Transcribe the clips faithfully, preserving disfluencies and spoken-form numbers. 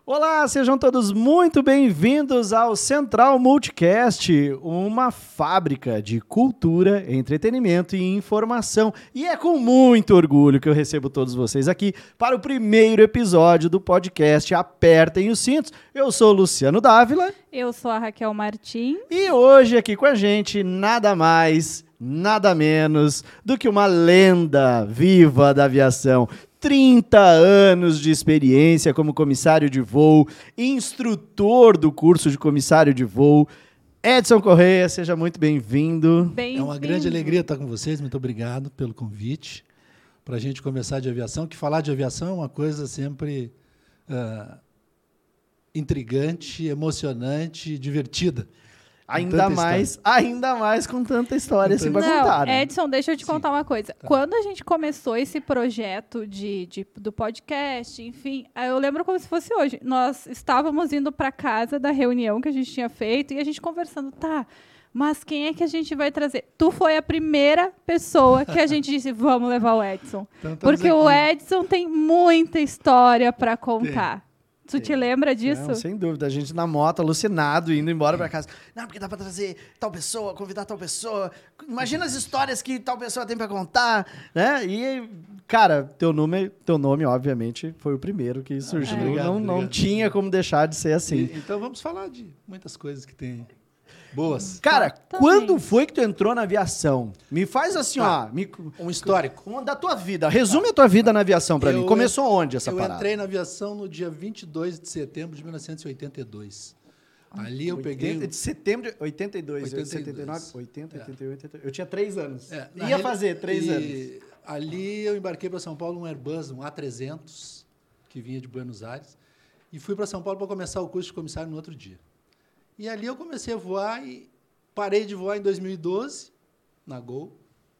Olá, sejam todos muito bem-vindos ao Central Multicast, uma fábrica de cultura, entretenimento e informação. E é com muito orgulho que eu recebo todos vocês aqui para o primeiro episódio do podcast Apertem os Cintos. Eu sou o Luciano Dávila. Eu sou a Raquel Martins. E hoje aqui com a gente, nada mais, nada menos do que uma lenda viva da aviação. trinta anos de experiência como comissário de voo, instrutor do curso de comissário de voo. Edson Correia, seja muito bem-vindo. Bem é uma vindo. grande alegria estar com vocês, muito obrigado pelo convite para a gente conversar de aviação, que falar de aviação é uma coisa sempre uh, intrigante, emocionante, divertida. Ainda mais, ainda mais com tanta história assim pra contar. Né? Edson, deixa eu te Sim. contar uma coisa. Tá. Quando a gente começou esse projeto de, de, do podcast, enfim, eu lembro como se fosse hoje. Nós estávamos indo para casa da reunião que a gente tinha feito e a gente conversando, tá, mas quem é que a gente vai trazer? Tu foi a primeira pessoa que a gente disse, vamos levar o Edson. Então, porque aqui. O Edson tem muita história para contar. Tem. Tu te lembra disso? Não, sem dúvida. A gente na moto, alucinado, indo embora pra casa. Não, porque dá pra trazer tal pessoa, convidar tal pessoa. Imagina as histórias que tal pessoa tem pra contar, né? E, cara, teu nome, teu nome obviamente, foi o primeiro que surgiu. É. Obrigado, não, não obrigado. Tinha como deixar de ser assim. E, então vamos falar de muitas coisas que tem boas. Cara, tá, quando foi que tu entrou na aviação? Me faz assim, tá. ó... Me, um histórico. Um, da tua vida. Resume tá. a tua vida na aviação pra eu mim. Começou onde essa eu parada? Eu entrei na aviação no dia vinte e dois de setembro de mil novecentos e oitenta e dois. Ah, Ali eu oitenta, peguei... De setembro de oitenta e dois. oitenta e dois. setenta e nove, oitenta, oitenta e oito, oitenta e oito. Eu tinha três anos. É, Ia fazer três anos. Ali eu embarquei para São Paulo um Airbus, um A trezentos, que vinha de Buenos Aires, e fui para São Paulo para começar o curso de comissário no outro dia. E ali eu comecei a voar e parei de voar em dois mil e doze, na Gol.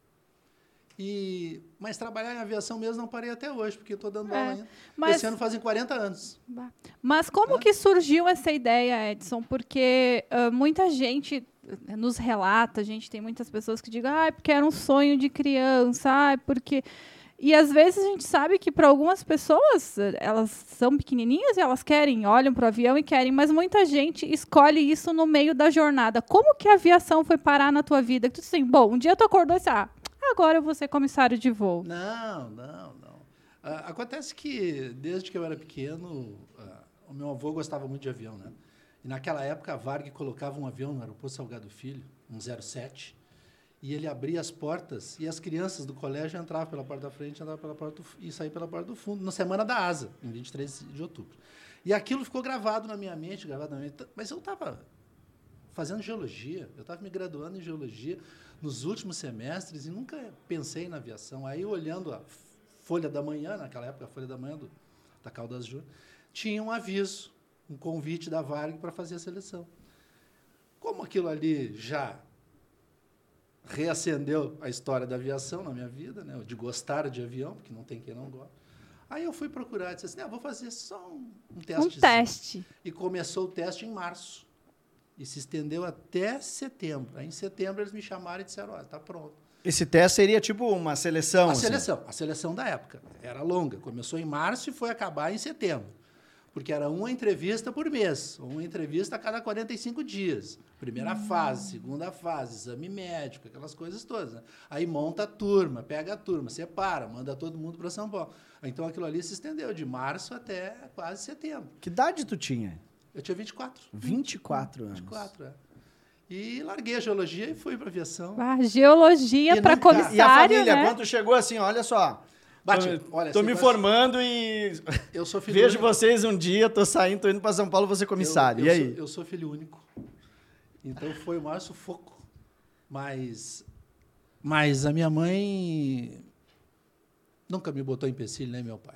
E, mas trabalhar em aviação mesmo não parei até hoje, porque estou dando aula é, ainda. Mas, Esse ano fazem quarenta anos. Mas como é? que surgiu essa ideia, Edson? Porque uh, muita gente nos relata, a gente tem muitas pessoas que digam, ah, porque era um sonho de criança, ah, porque... E, às vezes, a gente sabe que, para algumas pessoas, elas são pequenininhas e elas querem, olham para o avião e querem, mas muita gente escolhe isso no meio da jornada. Como que a aviação foi parar na tua vida? Que tu disse assim, bom, um dia tu acordou e disse, ah, agora eu vou ser comissário de voo. Não, não, não. Uh, acontece que, desde que eu era pequeno, uh, o meu avô gostava muito de avião, né? E, naquela época, a Varg colocava um avião no aeroporto Salgado Filho, um zero sete, e ele abria as portas e as crianças do colégio entravam pela porta da frente entravam pela porta do, e saíam pela porta do fundo, na Semana da Asa, em vinte e três de outubro. E aquilo ficou gravado na minha mente, gravado na minha mente. Mas eu estava fazendo geologia, eu estava me graduando em geologia nos últimos semestres e nunca pensei na aviação. Aí, olhando a Folha da Manhã, naquela época, a Folha da Manhã do, da Caldas Júnior, tinha um aviso, um convite da Varg para fazer a seleção. Como aquilo ali já reacendeu a história da aviação na minha vida, né? De gostar de avião, porque não tem quem não gosta. Aí eu fui procurar, disse assim, ah, vou fazer só um, um teste. Um teste. E começou o teste em março. E se estendeu até setembro. Aí, em setembro, eles me chamaram e disseram, olha, está pronto. Esse teste seria tipo uma seleção? A assim. seleção. A seleção da época. Era longa. Começou em março e foi acabar em setembro. Porque era uma entrevista por mês, uma entrevista a cada quarenta e cinco dias. Primeira hum. fase, segunda fase, exame médico, aquelas coisas todas. Né? Aí monta a turma, pega a turma, separa, manda todo mundo para São Paulo. Então, aquilo ali se estendeu de março até quase setembro. Que idade tu tinha? Eu tinha vinte e quatro. vinte e quatro anos. vinte e quatro, é. E larguei a geologia e fui para a aviação. Ah, geologia para comissário, E a família, né? quando chegou assim, olha só... Bate, tô olha, tô me formando e eu sou filho vejo único. Vocês um dia, tô saindo, tô indo para São Paulo, vou ser comissário. Eu, e eu aí? Sou, eu sou filho único. Então foi o maior sufoco. Mas, mas a minha mãe nunca me botou em empecilho, nem meu pai.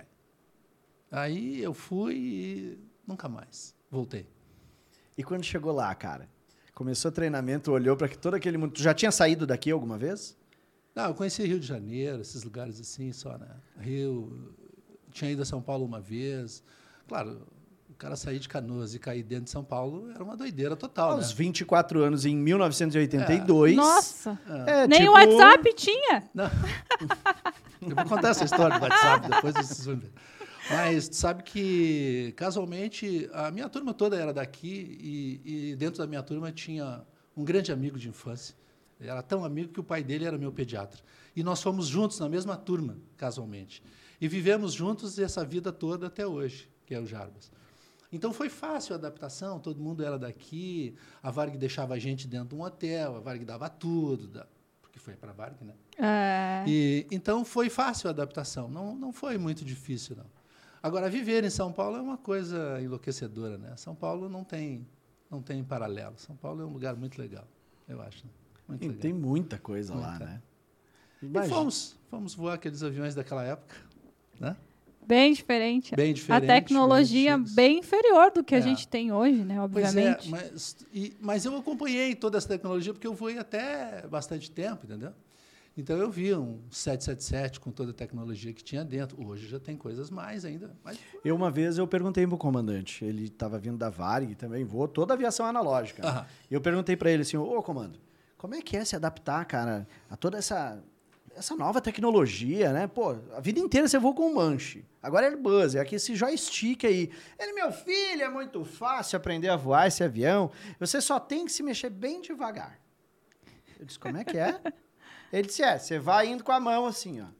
Aí eu fui e nunca mais voltei. E quando chegou lá, cara? Começou o treinamento, olhou para todo aquele mundo. Tu já tinha saído daqui alguma vez? Não, eu conheci Rio de Janeiro, esses lugares assim, só, né? Rio, tinha ido a São Paulo uma vez. Claro, o cara sair de Canoas e cair dentro de São Paulo era uma doideira total, Aos né? vinte e quatro anos, em mil novecentos e oitenta e dois. É. Nossa! É, nem o tipo... WhatsApp tinha. Não. Eu vou contar essa história do WhatsApp, depois vocês vão ver. Mas tu sabe que, casualmente, a minha turma toda era daqui e, e dentro da minha turma tinha um grande amigo de infância. Ele era tão amigo que o pai dele era meu pediatra. E nós fomos juntos na mesma turma, casualmente. E vivemos juntos essa vida toda até hoje, que é o Jarbas. Então, foi fácil a adaptação, todo mundo era daqui, a Varg deixava a gente dentro de um hotel, a Varg dava tudo, da, porque foi para a Varg, né? É. E, então, foi fácil a adaptação, não, não foi muito difícil, não. Agora, viver em São Paulo é uma coisa enlouquecedora, né? São Paulo não tem, não tem paralelo. São Paulo é um lugar muito legal, eu acho. Né? Muito E legal. tem muita coisa Muita. lá, né? E Imagina. fomos, fomos voar aqueles aviões daquela época, né? Bem diferente. Bem diferente. A tecnologia bem, bem inferior do que a É. gente tem hoje, né? Obviamente. Pois é, mas, e, mas eu acompanhei toda essa tecnologia porque eu voei até bastante tempo, entendeu? Então, eu vi um sete sete sete com toda a tecnologia que tinha dentro. Hoje já tem coisas mais ainda. Mas... Eu, uma vez, eu perguntei pro comandante, ele estava vindo da Varg, também voou toda a aviação analógica. Né? Aham. E eu perguntei para ele assim, ô, comando, como é que é se adaptar, cara, a toda essa, essa nova tecnologia, né? Pô, a vida inteira você voa com um manche. Agora é Airbus, é aqui esse joystick aí. Ele, meu filho, é muito fácil aprender a voar esse avião. Você só tem que se mexer bem devagar. Eu disse, como é que é? Ele disse, é, você vai indo com a mão assim, ó.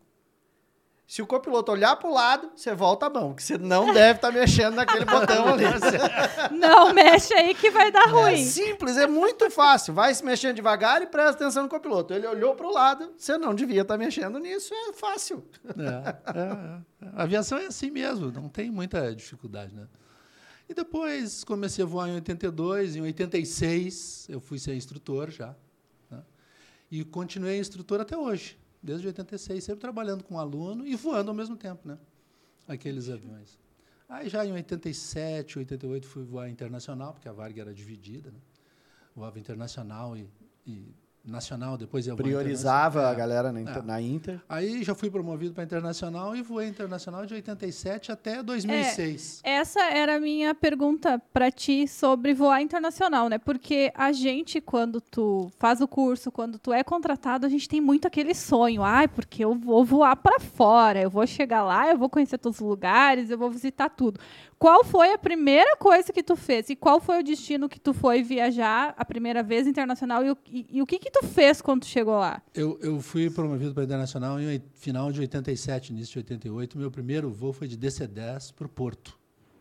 Se o copiloto olhar para o lado, você volta a mão, porque você não deve estar mexendo naquele botão ali. Não mexe aí que vai dar É ruim. simples, é muito fácil. Vai se mexendo devagar e presta atenção no copiloto. Ele olhou para o lado, você não devia estar mexendo nisso, é fácil. É, é, é. A aviação é assim mesmo, não tem muita dificuldade, né? E depois comecei a voar em oitenta e dois, em oitenta e seis eu fui ser instrutor já. Né? E continuei instrutor até hoje, desde oitenta e seis, sempre trabalhando com aluno e voando ao mesmo tempo, né? Aqueles aviões. Aí já em oitenta e sete, oitenta e oito fui voar internacional, porque a Varg era dividida, né? Voava internacional e, e nacional, depois ia voar Priorizava internacional. a galera na, É. inter, na Inter. Aí já fui promovido para internacional e voei internacional de oitenta e sete até dois mil e seis. É, essa era a minha pergunta para ti sobre voar internacional, né? Porque a gente, quando tu faz o curso, quando tu é contratado, a gente tem muito aquele sonho. Ai, porque eu vou voar para fora, eu vou chegar lá, eu vou conhecer todos os lugares, eu vou visitar tudo. Qual foi a primeira coisa que tu fez? E qual foi o destino que tu foi viajar a primeira vez internacional? E, o- e- e o que que tu fez quando tu chegou lá? Eu, eu fui promovido para internacional em oi- final de oitenta e sete, início de oitenta e oito. Meu primeiro voo foi de D C dez para o Porto,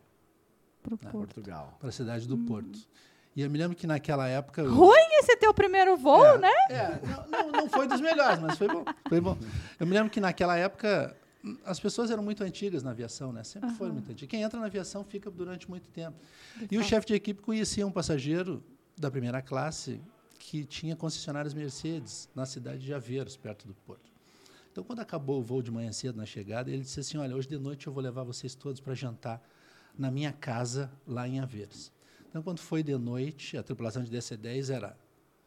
Pro Ah, Porto. Portugal. para a cidade do Porto. E eu me lembro que naquela época... eu- Ruim esse teu primeiro voo, É, né? É, não, não, não foi dos melhores, mas foi bom, foi bom. Eu me lembro que naquela época hum, as pessoas eram muito antigas na aviação, né? Sempre foram muito antigas. Quem entra na aviação fica durante muito tempo. E o chefe de equipe conhecia um passageiro da primeira classe que tinha concessionárias Mercedes na cidade de Aveiros, perto do Porto. Então, quando acabou o voo de manhã cedo na chegada, ele disse assim: olha, hoje de noite eu vou levar vocês todos para jantar na minha casa lá em Aveiros. Então, quando foi de noite, a tripulação de D C dez era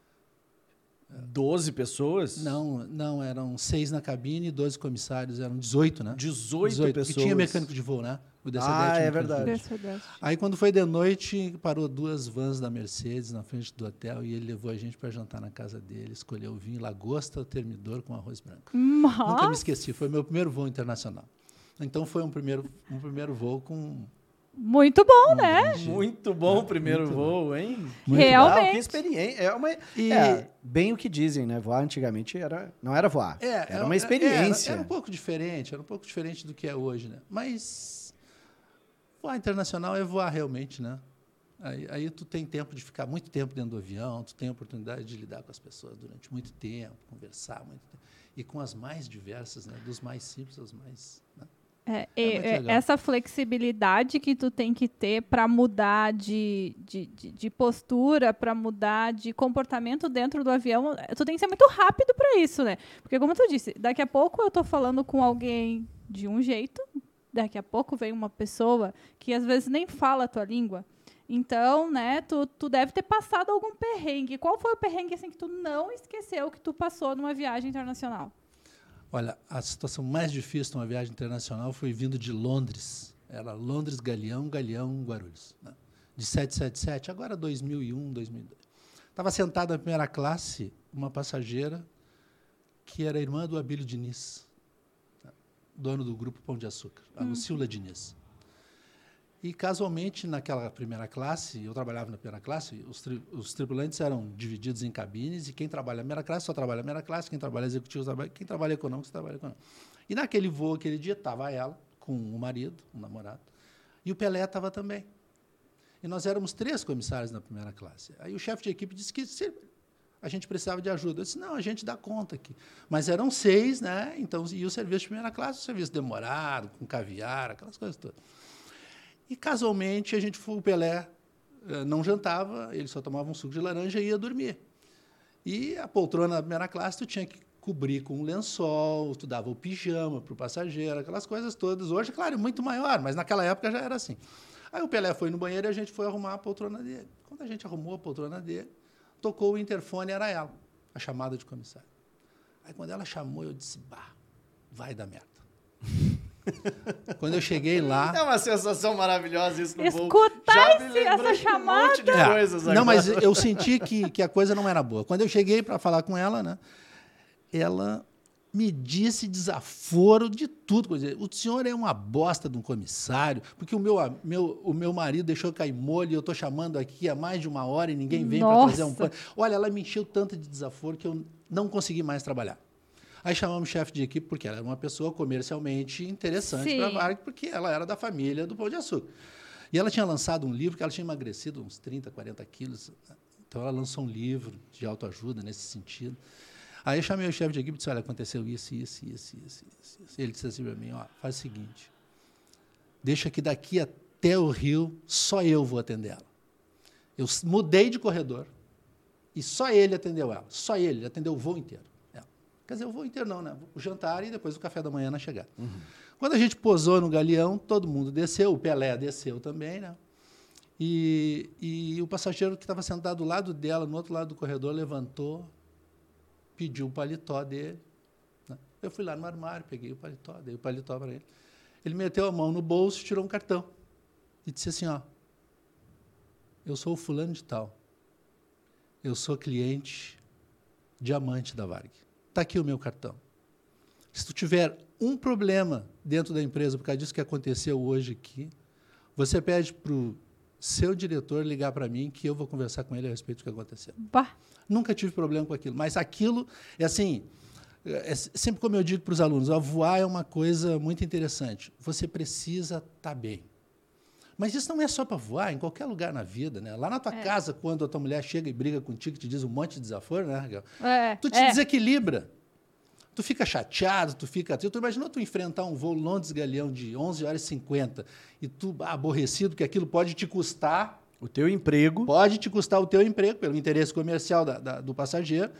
doze pessoas? Não, não, eram seis na cabine, doze comissários, eram dezoito, né? dezoito, dezoito, pessoas. E tinha mecânico de voo, né? O D C dez Ah, tinha é mecânico de voo. verdade. Desse, desse. Aí, quando foi de noite, parou duas vans da Mercedes na frente do hotel e ele levou a gente para jantar na casa dele, escolheu o vinho Lagosta, o Termidor com arroz branco. Nunca me Mas, esqueci, foi meu primeiro voo internacional. Então, foi um primeiro, um primeiro voo com... muito bom, né? Muito bom o primeiro muito voo, hein? Muito Realmente. Legal, que experiência. É, uma, E- é, bem o que dizem, né? Voar antigamente era, não era voar, É, era uma experiência. Era, era um pouco diferente, era um pouco diferente do que é hoje, né? Mas voar internacional é voar realmente, né? Aí, aí tu tem tempo de ficar muito tempo dentro do avião, tu tem a oportunidade de lidar com as pessoas durante muito tempo, conversar muito tempo, e com as mais diversas, né? Dos mais simples aos mais... Né? É, É e- muito é, legal. essa flexibilidade que tu tem que ter para mudar de, de, de, de postura, para mudar de comportamento dentro do avião, eh, tu tem que ser muito rápido para isso, né? Porque, como tu disse, daqui a pouco eu tô falando com alguém de um jeito, daqui a pouco vem uma pessoa que às vezes nem fala a tua língua. Então, né, tu, tu deve ter passado algum perrengue. Qual foi o perrengue assim, que tu não esqueceu que tu passou numa viagem internacional? Olha, a situação mais difícil numa viagem internacional foi vindo de Londres. Era Londres, Galeão, Galeão, Guarulhos. Né? De sete sete sete, agora dois mil e um, dois mil e dois. Estava sentada na primeira classe uma passageira que era irmã do Abílio Diniz. dono do Grupo Pão de Açúcar, a hum. Lucila Diniz. E, casualmente, naquela primeira classe, eu trabalhava na primeira classe, os, tri, os tripulantes eram divididos em cabines, e quem trabalha na primeira classe só trabalha na primeira classe, quem trabalha executivo, trabalha, quem trabalha econômico, só trabalha econômico. E naquele voo, aquele dia, estava ela, com o marido, o namorado, e o Pelé estava também. E nós éramos três comissários na primeira classe. Aí o chefe de equipe disse que se a gente precisava de ajuda. Eu disse, não, a gente dá conta aqui. Mas eram seis, né? Então, e o serviço de primeira classe, o serviço demorado, com caviar, aquelas coisas todas. E, casualmente, a gente foi, o Pelé eh, não jantava, ele só tomava um suco de laranja e ia dormir. E a poltrona da primeira classe, tu tinha que cobrir com um lençol, tu dava o pijama para o passageiro, aquelas coisas todas. Hoje, claro, muito maior, mas naquela época já era assim. Aí o Pelé foi no banheiro e a gente foi arrumar a poltrona dele. Quando a gente arrumou a poltrona dele, tocou o interfone, era ela, a chamada de comissário. Aí, quando ela chamou, eu disse, bah, vai dar merda. Quando eu cheguei lá... É uma sensação maravilhosa isso no voo. Escutar essa chamada. Um monte de é. coisas agora. Não, mas eu senti que, que a coisa não era boa. Quando eu cheguei para falar com ela, né, ela me disse desaforo de tudo. Quer dizer, o senhor é uma bosta de um comissário, porque o meu, meu, o meu marido deixou cair molho e eu estou chamando aqui há mais de uma hora e ninguém vem para fazer um pano. Olha, ela me encheu tanto de desaforo que eu não consegui mais trabalhar. Aí chamamos o chefe de equipe, porque ela era uma pessoa comercialmente interessante para a Varig, porque ela era da família do Pão de Açúcar. E ela tinha lançado um livro, que ela tinha emagrecido uns trinta, quarenta quilos. Então, ela lançou um livro de autoajuda nesse sentido. Aí eu chamei o chefe de equipe e disse, olha, aconteceu isso, isso, isso, isso, isso. isso. Ele disse assim para mim, ó, faz o seguinte, deixa que daqui até o Rio, só eu vou atender ela. Eu mudei de corredor e só ele atendeu ela. Só ele, ele atendeu o voo inteiro. Quer dizer, o voo inteiro não, né? O jantar e depois o café da manhã na chegada. Uhum. Quando a gente posou no galeão, todo mundo desceu, o Pelé desceu também, né? E, e o passageiro que estava sentado do lado dela, no outro lado do corredor, levantou, pediu o paletó dele. Né? Eu fui lá no armário, peguei o paletó, dei o paletó para ele. Ele meteu a mão no bolso, tirou um cartão e disse assim, ó, eu sou o fulano de tal, eu sou cliente diamante da Varig. Está aqui o meu cartão. Se tu tiver um problema dentro da empresa por causa disso que aconteceu hoje aqui, você pede para o seu diretor ligar para mim que eu vou conversar com ele a respeito do que aconteceu. Bah. Nunca tive problema com aquilo, mas aquilo é assim, é sempre como eu digo para os alunos, a voar é uma coisa muito interessante. Você precisa estar bem. Mas isso não é só para voar, em qualquer lugar na vida, né? Lá na tua é. casa, quando a tua mulher chega e briga contigo, te diz um monte de desaforo, né, Raquel? É. Tu te é. desequilibra. Tu fica chateado, tu fica... Tu imaginou tu enfrentar um voo Londres-Galeão de onze horas e cinquenta e tu aborrecido, que aquilo pode te custar... O teu emprego. Pode te custar o teu emprego, pelo interesse comercial da, da, do passageiro.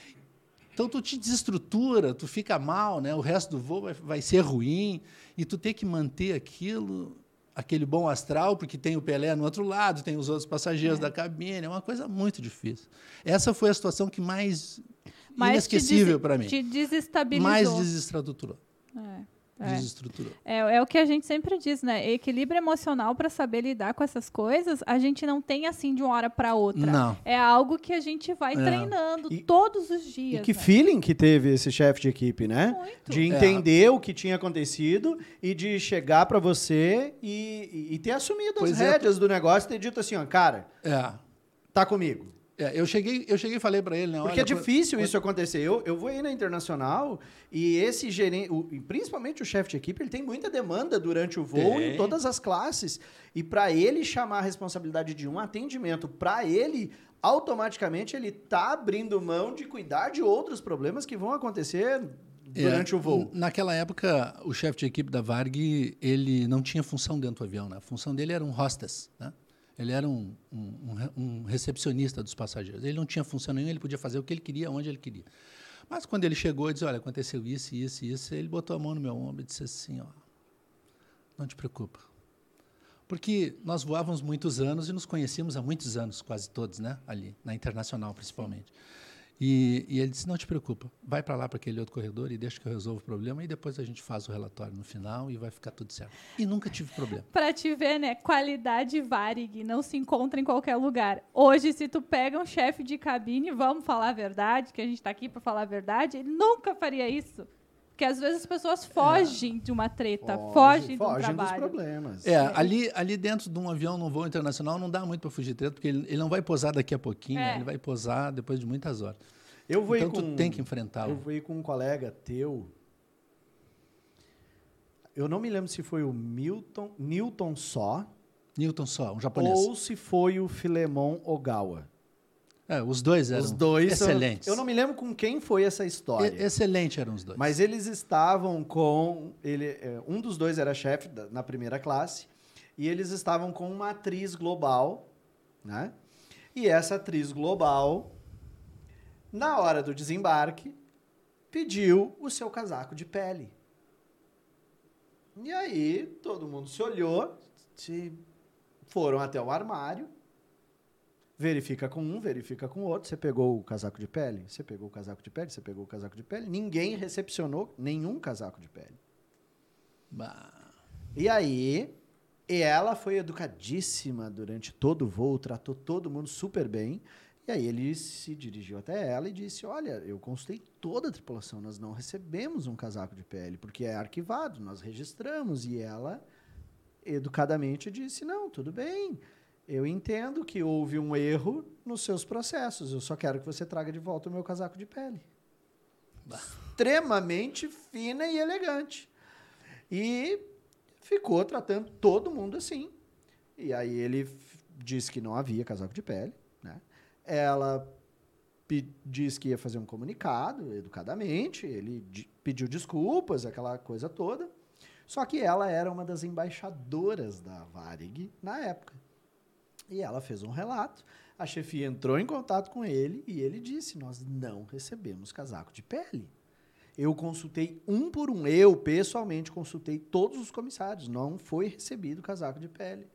Então, tu te desestrutura, tu fica mal, né? O resto do voo vai, vai ser ruim e tu tem que manter aquilo... aquele bom astral, porque tem o Pelé no outro lado, tem os outros passageiros é. da cabine, é uma coisa muito difícil. Essa foi a situação que mais, mais inesquecível para mim. Te desestabilizou. Mais desestruturou. É. Desestruturou. É, é o que a gente sempre diz, né? Equilíbrio emocional para saber lidar com essas coisas, a gente não tem assim de uma hora para outra. Não. É algo que a gente vai é. treinando e, todos os dias. E que né? feeling que teve esse chefe de equipe, né? Muito. De entender é. o que tinha acontecido e de chegar para você e, e ter assumido pois as é. rédeas do negócio e ter dito assim, ó, cara, é. tá comigo. É, eu cheguei eu cheguei e falei para ele, né? Porque olha, é difícil quando... isso acontecer. Eu, eu vou ir na Internacional e esse gerente, o, principalmente o chefe de equipe, ele tem muita demanda durante o voo tem. em todas as classes. E para ele chamar a responsabilidade de um atendimento, para ele, automaticamente, ele tá abrindo mão de cuidar de outros problemas que vão acontecer durante é, o voo. Naquela época, o chefe de equipe da Varig, ele não tinha função dentro do avião, né? A função dele era um hostess, né? Ele era um, um, um recepcionista dos passageiros. Ele não tinha função nenhuma, ele podia fazer o que ele queria, onde ele queria. Mas quando ele chegou e disse, olha, aconteceu isso, isso, isso, ele botou a mão no meu ombro e disse assim, ó, não te preocupa. Porque nós voávamos muitos anos e nos conhecíamos há muitos anos, quase todos, né? Ali, na Internacional, principalmente. E, e ele disse, não te preocupa, vai para lá, para aquele outro corredor e deixa que eu resolvo o problema e depois a gente faz o relatório no final e vai ficar tudo certo. E nunca tive problema. Para te ver, né? Qualidade Varig não se encontra em qualquer lugar. Hoje, se tu pega um chefe de cabine, vamos falar a verdade, que a gente está aqui para falar a verdade, ele nunca faria isso. Porque às vezes as pessoas fogem é. de uma treta, Foge, fogem, fogem do trabalho. Fogem dos problemas. É, ali, ali dentro de um avião, num voo internacional, não dá muito para fugir de treta, porque ele, ele não vai pousar daqui a pouquinho, é. né? Ele vai pousar depois de muitas horas. Eu vou então, com, tu tem que enfrentá-lo. Eu fui com um colega teu. Eu não me lembro se foi o Milton, Newton Só. Newton Só, um japonês. Ou se foi o Filemon Ogawa. É, os dois eram os dois excelentes. Eu não me lembro com quem foi essa história. E, excelente eram os dois. Mas eles estavam com... Ele, um dos dois era chefe da, na primeira classe. E eles estavam com uma atriz global. Né? E essa atriz global, na hora do desembarque, pediu o seu casaco de pele. E aí, todo mundo se olhou, se foram até o armário, verifica com um, verifica com o outro, você pegou o casaco de pele? Você pegou o casaco de pele? Você pegou o casaco de pele? Ninguém recepcionou nenhum casaco de pele. Bah. E aí, e ela foi educadíssima durante todo o voo, tratou todo mundo super bem. E aí ele se dirigiu até ela e disse, olha, eu consultei toda a tripulação, nós não recebemos um casaco de pele, porque é arquivado, nós registramos. E ela, educadamente, disse, não, tudo bem, eu entendo que houve um erro nos seus processos, eu só quero que você traga de volta o meu casaco de pele. Bah. Extremamente fina e elegante. E ficou tratando todo mundo assim. E aí ele disse que não havia casaco de pele, né? Ela disse que ia fazer um comunicado, educadamente, ele pediu desculpas, aquela coisa toda. Só que ela era uma das embaixadoras da Varig na época. E ela fez um relato, a chefia entrou em contato com ele e ele disse, nós não recebemos casaco de pele. Eu consultei um por um, eu pessoalmente consultei todos os comissários, não foi recebido casaco de pele.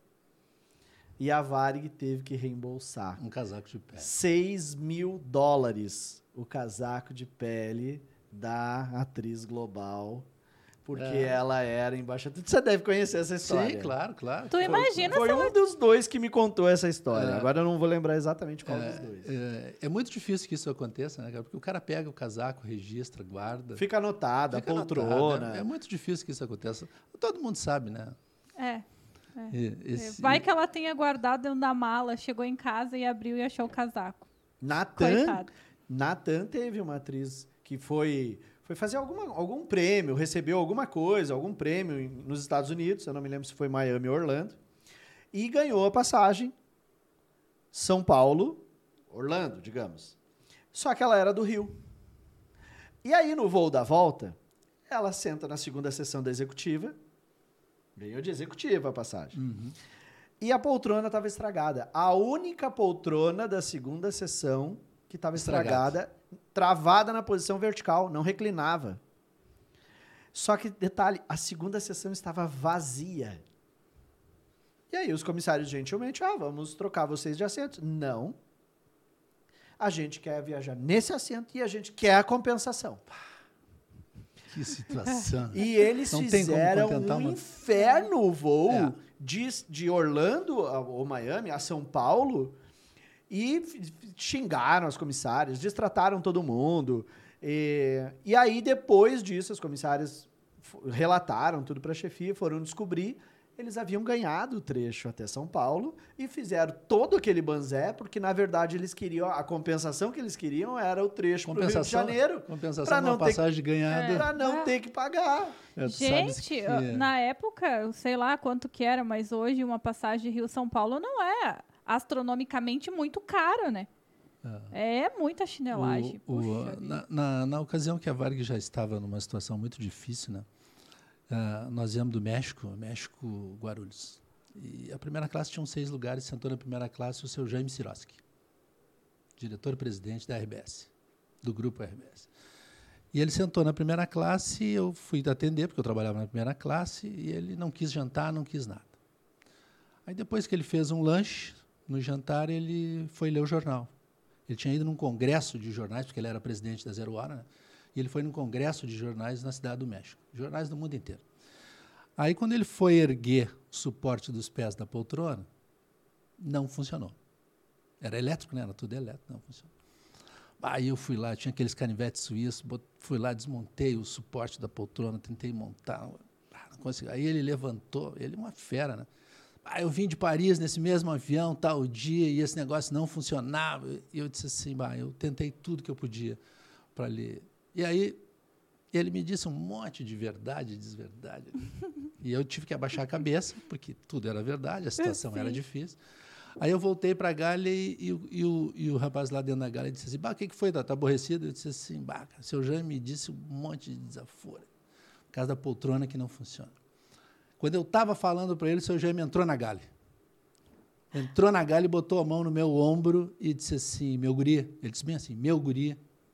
E a Varig teve que reembolsar. Um casaco de pele. seis mil dólares o casaco de pele da atriz global, porque é. ela era embaixadora. Você deve conhecer essa história. Sim, claro, claro. Tu imagina Foi, foi um ela... dos dois que me contou essa história. É. Agora eu não vou lembrar exatamente qual é, dos dois. É, é muito difícil que isso aconteça, né, cara? Porque o cara pega o casaco, registra, guarda. Fica anotado, a poltrona. Anotado, é, é muito difícil que isso aconteça. Todo mundo sabe, né? É. É. Esse... Vai que ela tenha guardado dentro da mala, chegou em casa e abriu e achou o casaco. Natan, Natan teve uma atriz que foi, foi fazer alguma, algum prêmio, recebeu alguma coisa, algum prêmio em, nos Estados Unidos, eu não me lembro se foi Miami ou Orlando, e ganhou a passagem São Paulo, Orlando, digamos. Só que ela era do Rio. E aí, no voo da volta, ela senta na segunda sessão da executiva. Ganhou de executiva a passagem. Uhum. E a poltrona estava estragada. A única poltrona da segunda sessão que estava estragada, travada na posição vertical, não reclinava. Só que, detalhe, a segunda sessão estava vazia. E aí os comissários, gentilmente, ah, vamos trocar vocês de assento. Não. A gente quer viajar nesse assento e a gente quer a compensação. Que situação. E eles não fizeram um uma... inferno o voo é. de, de Orlando ou Miami a São Paulo e xingaram as comissárias, destrataram todo mundo. E, e aí, depois disso, as comissárias relataram tudo para a chefia, foram descobrir. Eles haviam ganhado o trecho até São Paulo e fizeram todo aquele banzé, porque, na verdade, eles queriam, a compensação que eles queriam era o trecho para o Rio de Janeiro. Compensação de uma passagem que, ganhada. Para não é. ter que pagar. É, Gente, que... na época, eu sei lá quanto que era, mas hoje uma passagem Rio-São Paulo não é astronomicamente muito cara, né? É, é muita chinelagem. O, o, na, na, na ocasião que a Varig já estava numa situação muito difícil, né? Uh, nós viemos do México, México, Guarulhos. E a primeira classe tinha seis lugares, sentou na primeira classe o seu Jaime Siroski, diretor-presidente da R B S, do grupo R B S. E ele sentou na primeira classe, eu fui atender, porque eu trabalhava na primeira classe, e ele não quis jantar, não quis nada. Aí depois que ele fez um lanche, no jantar ele foi ler o jornal. Ele tinha ido num congresso de jornais, porque ele era presidente da Zero Hora, né? E ele foi num congresso de jornais na Cidade do México, jornais do mundo inteiro. Aí, quando ele foi erguer o suporte dos pés da poltrona, não funcionou. Era elétrico, né? Era tudo elétrico, não funcionou. Aí eu fui lá, tinha aqueles canivetes suíços, bot- fui lá, desmontei o suporte da poltrona, tentei montar, ah, não consegui. Aí ele levantou, ele é uma fera, né? Ah, eu vim de Paris nesse mesmo avião, tal dia, e esse negócio não funcionava. E eu disse assim, bah, eu tentei tudo que eu podia para ler. E aí ele me disse um monte de verdade e desverdade. E eu tive que abaixar a cabeça, porque tudo era verdade, a situação Sim. era difícil. Aí eu voltei para a Galha e, e, o- e, o, e o rapaz lá dentro da Galha disse assim, bah, o que, que foi? Tá, tá aborrecido? Eu disse assim, bah, cara, o seu Jaime me disse um monte de desaforo, por causa da poltrona que não funciona. Quando eu estava falando para ele, o seu Jaime entrou na Galha. Entrou na Galha e botou a mão no meu ombro e disse assim, meu guri, ele disse bem assim, meu guri,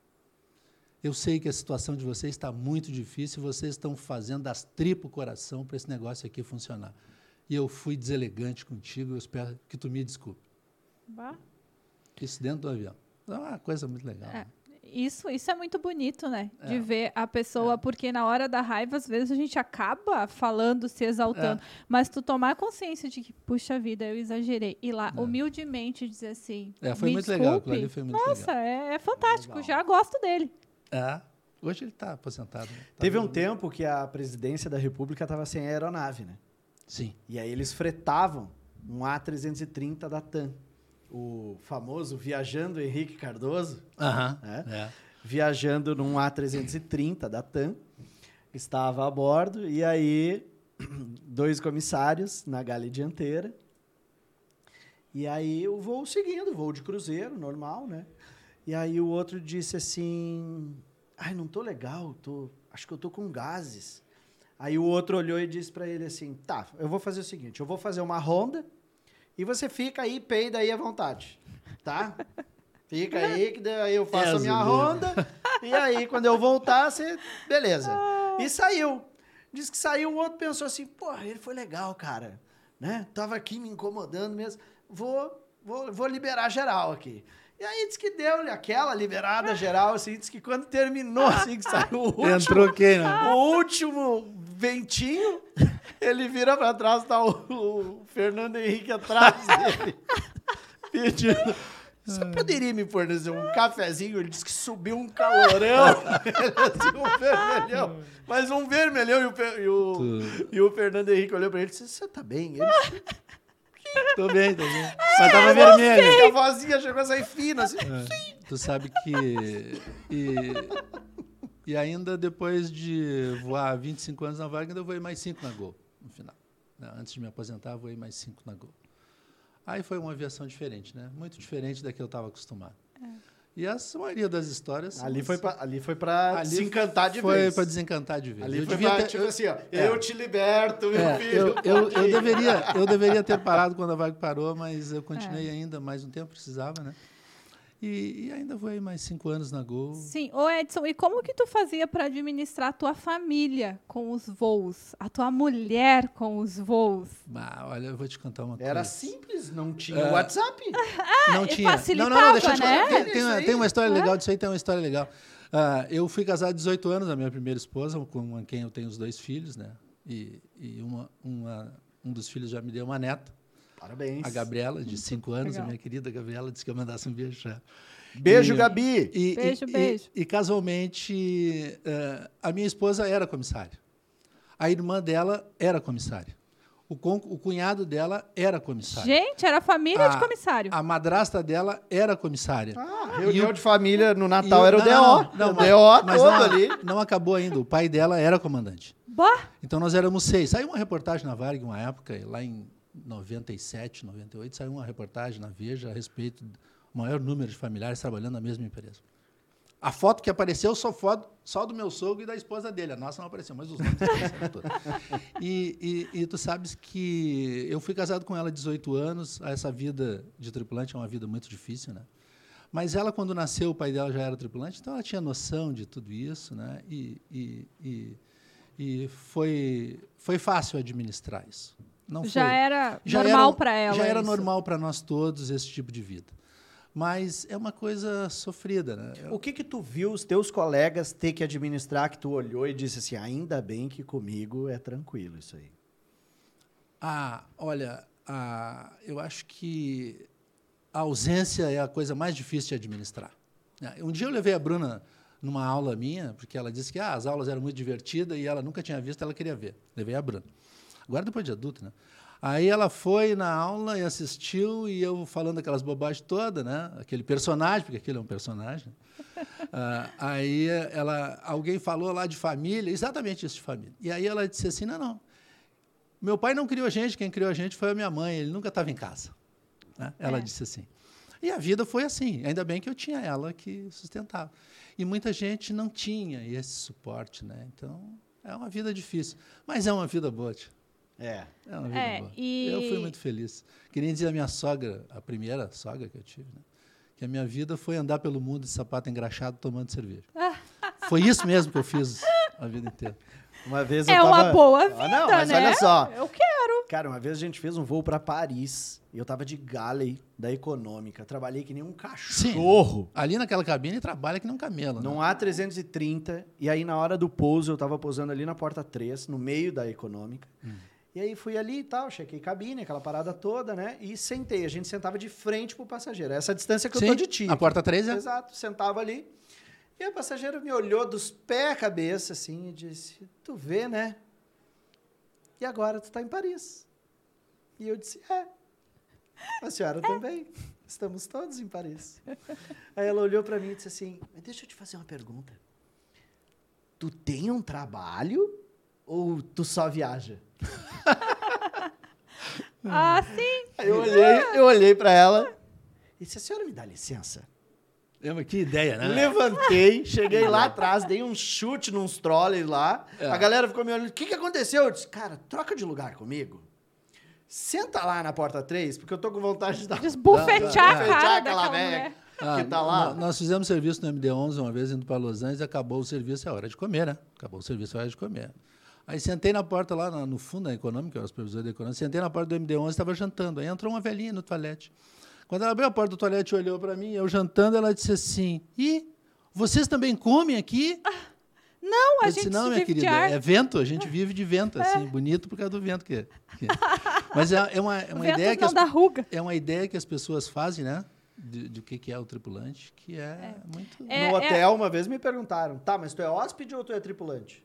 eu sei que a situação de vocês está muito difícil e vocês estão fazendo das tripas o coração para esse negócio aqui funcionar. E eu fui deselegante contigo, eu espero que tu me desculpe. Bah. Isso dentro do avião. É uma coisa muito legal. É. Né? Isso, isso é muito bonito, né? É. De ver a pessoa, É. porque na hora da raiva, às vezes a gente acaba falando, se exaltando. É. Mas tu tomar consciência de que, puxa vida, eu exagerei. E lá, É. humildemente, dizer assim. É, foi me muito desculpe. legal. Aquilo ali foi muito Nossa, legal. é, é fantástico. Legal. Já gosto dele. É. Hoje ele está aposentado. Né? Tá Teve um vendo? tempo que a presidência da República estava sem aeronave, né? Sim. E aí eles fretavam um A trezentos e trinta da TAM. O famoso Viajando Henrique Cardoso, Aham. É. É. viajando num A trezentos e trinta da TAM, estava a bordo, e aí dois comissários na galha dianteira, e aí o voo seguindo, voo de cruzeiro, normal, né? E aí o outro disse assim, ai, não tô legal, tô, acho que eu tô com gases. Aí o outro olhou e disse para ele assim, tá, eu vou fazer o seguinte, eu vou fazer uma ronda, e você fica aí, peida aí à vontade, tá? Fica aí, que daí eu faço a minha ronda, e aí quando eu voltar, você... Beleza. E saiu. Diz que saiu, o outro pensou assim, porra, ele foi legal, cara, né? Tava aqui me incomodando mesmo, vou, vou, vou liberar geral aqui. E aí disse que deu-lhe aquela liberada geral, assim, disse que quando terminou, assim, que saiu o último... Entrou quem, né? O último ventinho, ele vira pra trás, tá o, o Fernando Henrique atrás dele, pedindo, você poderia me fornecer um cafezinho? Ele disse que subiu um calorão, assim, um vermelhão, mas um vermelhão, e o, Fe- e o, e o Fernando Henrique olhou pra ele e disse, você tá bem? Ele disse, Tô bem, tô bem. Mas tava vermelho. a vozinha chegou a sair fina, assim, É, tu sabe que... E, e ainda depois de voar vinte e cinco anos na Varig, ainda voei mais cinco na Gol, no final. Né? Antes de me aposentar, voei mais cinco na Gol. Aí foi uma aviação diferente, né? Muito diferente da que eu estava acostumado. É. E a maioria das histórias... ali são foi, assim. pra, ali foi pra Ali desencantar de Foi vez. para desencantar de vez. Ali Eu foi devia pra, ter- tipo eu- assim, ó, é. eu te liberto, meu É, filho. eu, eu, pode eu, ir. deveria, eu deveria ter parado quando a Varig parou, mas eu continuei ainda mais um tempo, precisava, né? E, e ainda voei mais cinco anos na Gol. Sim. Ô, Edson, e como que tu fazia para administrar a tua família com os voos? A tua mulher com os voos? Ah, olha, eu vou te contar uma Era coisa. simples, não tinha É. WhatsApp. Não e tinha. facilitava, não, não, não, deixa eu te né? contar. Tem, tem, Isso uma, aí. tem uma história É. legal disso aí, tem uma história legal. Ah, eu fui casado há dezoito anos, a minha primeira esposa, com quem eu tenho os dois filhos, né? E, e uma, uma, um dos filhos já me deu uma neta, Parabéns. a Gabriela, de cinco anos, Legal. a minha querida Gabriela, disse que eu mandasse um beijo já. Beijo, E- Gabi. E, Beijo, e, beijo. E, e casualmente, eh, a minha esposa era comissária. A irmã dela era comissária. O, con- o cunhado dela era comissário. Gente, era família de A- comissário. A madrasta dela era comissária. Ah, reunião E o- de família no E Natal o- era o não, D O. não, não, o mas- D O mas todo não, ali. não acabou ainda. O pai dela era comandante. Bah! Então nós éramos seis. Saiu uma reportagem na Varig, uma época, lá em noventa e sete, noventa e oito, saiu uma reportagem na Veja a respeito do maior número de familiares trabalhando na mesma empresa. A foto que apareceu só foto só do meu sogro e da esposa dele. A nossa não apareceu, mas os nomes apareceram todos. E, e, e tu sabes que eu fui casado com ela há dezoito anos. Essa vida de tripulante é uma vida muito difícil, né? Mas ela, quando nasceu, o pai dela já era tripulante, então ela tinha noção de tudo isso, né? E, e, e, e foi, foi fácil administrar isso. Não Já foi, era já normal era- para ela. Já era isso. normal para nós todos esse tipo de vida. Mas é uma coisa sofrida, né? O que que tu viu os teus colegas ter que administrar, que tu olhou e disse assim, ainda bem que comigo é tranquilo isso aí. Ah, olha, ah, eu acho que a ausência é a coisa mais difícil de administrar. Um dia eu levei a Bruna numa aula minha, porque ela disse que ah, as aulas eram muito divertidas e ela nunca tinha visto, ela queria ver. Levei a Bruna. Agora depois de adulto, né? Aí ela foi na aula e assistiu, e eu falando aquelas bobagens todas, né? Aquele personagem, porque aquele é um personagem. Ah, aí ela, alguém falou lá de família, exatamente isso de família. E aí ela disse assim, não, não, meu pai não criou a gente, quem criou a gente foi a minha mãe, ele nunca estava em casa. Né? Ela é. disse assim. E a vida foi assim, ainda bem que eu tinha ela que sustentava. E muita gente não tinha esse suporte, né? Então, é uma vida difícil, mas é uma vida boa, tia. É. É uma vida É, boa. e... Eu fui muito feliz. Queria dizer a minha sogra, a primeira sogra que eu tive, né? Que a minha vida foi andar pelo mundo de sapato engraxado tomando cerveja. Foi isso mesmo que eu fiz a vida inteira. Uma vez eu é tava... uma boa vida, ah, não, mas né? olha só. Eu quero. Cara, uma vez a gente fez um voo para Paris e eu tava de galley da Econômica. Trabalhei que nem um cachorro. Sim. Ali naquela cabine trabalha que nem um camelo. Num né? A trezentos e trinta. E aí, na hora do pouso, eu tava pousando ali na porta três, no meio da Econômica. Hum. E aí fui ali e tal, chequei cabine, aquela parada toda, né? E sentei. A gente sentava de frente pro passageiro. Essa distância que Sim, eu tô de ti. a porta três, é? Exato. Sentava ali. E a passageira me olhou dos pés à cabeça, assim, e disse, tu vê, né? E agora tu tá em Paris. E eu disse, é. A senhora também. Estamos todos em Paris. Aí ela olhou para mim e disse assim, mas deixa eu te fazer uma pergunta. Tu tem um trabalho ou tu só viaja? Ah, sim. Aí eu olhei, eu olhei para ela e disse, a senhora me dá licença? Que ideia, né? Levantei, cheguei lá atrás, dei um chute nos trolleys lá. É. A galera ficou me olhando. O que, que aconteceu? Eu disse, cara, troca de lugar comigo. Senta lá na porta três, porque eu tô com vontade de dar... Desbufetear a cara aquela daquela velha mulher. Ah, que tá lá. n- Nós fizemos serviço no M D onze uma vez, indo para Los Angeles, acabou o serviço, é hora de comer, né? Acabou o serviço, é hora de comer. Aí sentei na porta lá, no, no fundo da Econômica, eu era supervisor da Econômica, sentei na porta do M D onze, estava jantando. Aí entrou uma velhinha no toalete. Quando ela abriu a porta do toalete e olhou para mim, eu jantando, ela disse assim, ih, vocês também comem aqui? Não, a Eu gente disse, não, minha vive de querida, ar. é vento, a gente vive de vento, assim, bonito por causa do vento. Que, que... Mas é, é uma, é uma Ventos ideia que não as, dá ruga. é uma ideia que as pessoas fazem, né? De, de que, que é o tripulante, que é, É. muito... É, No hotel, uma vez me perguntaram, tá, mas tu é hóspede ou tu é tripulante?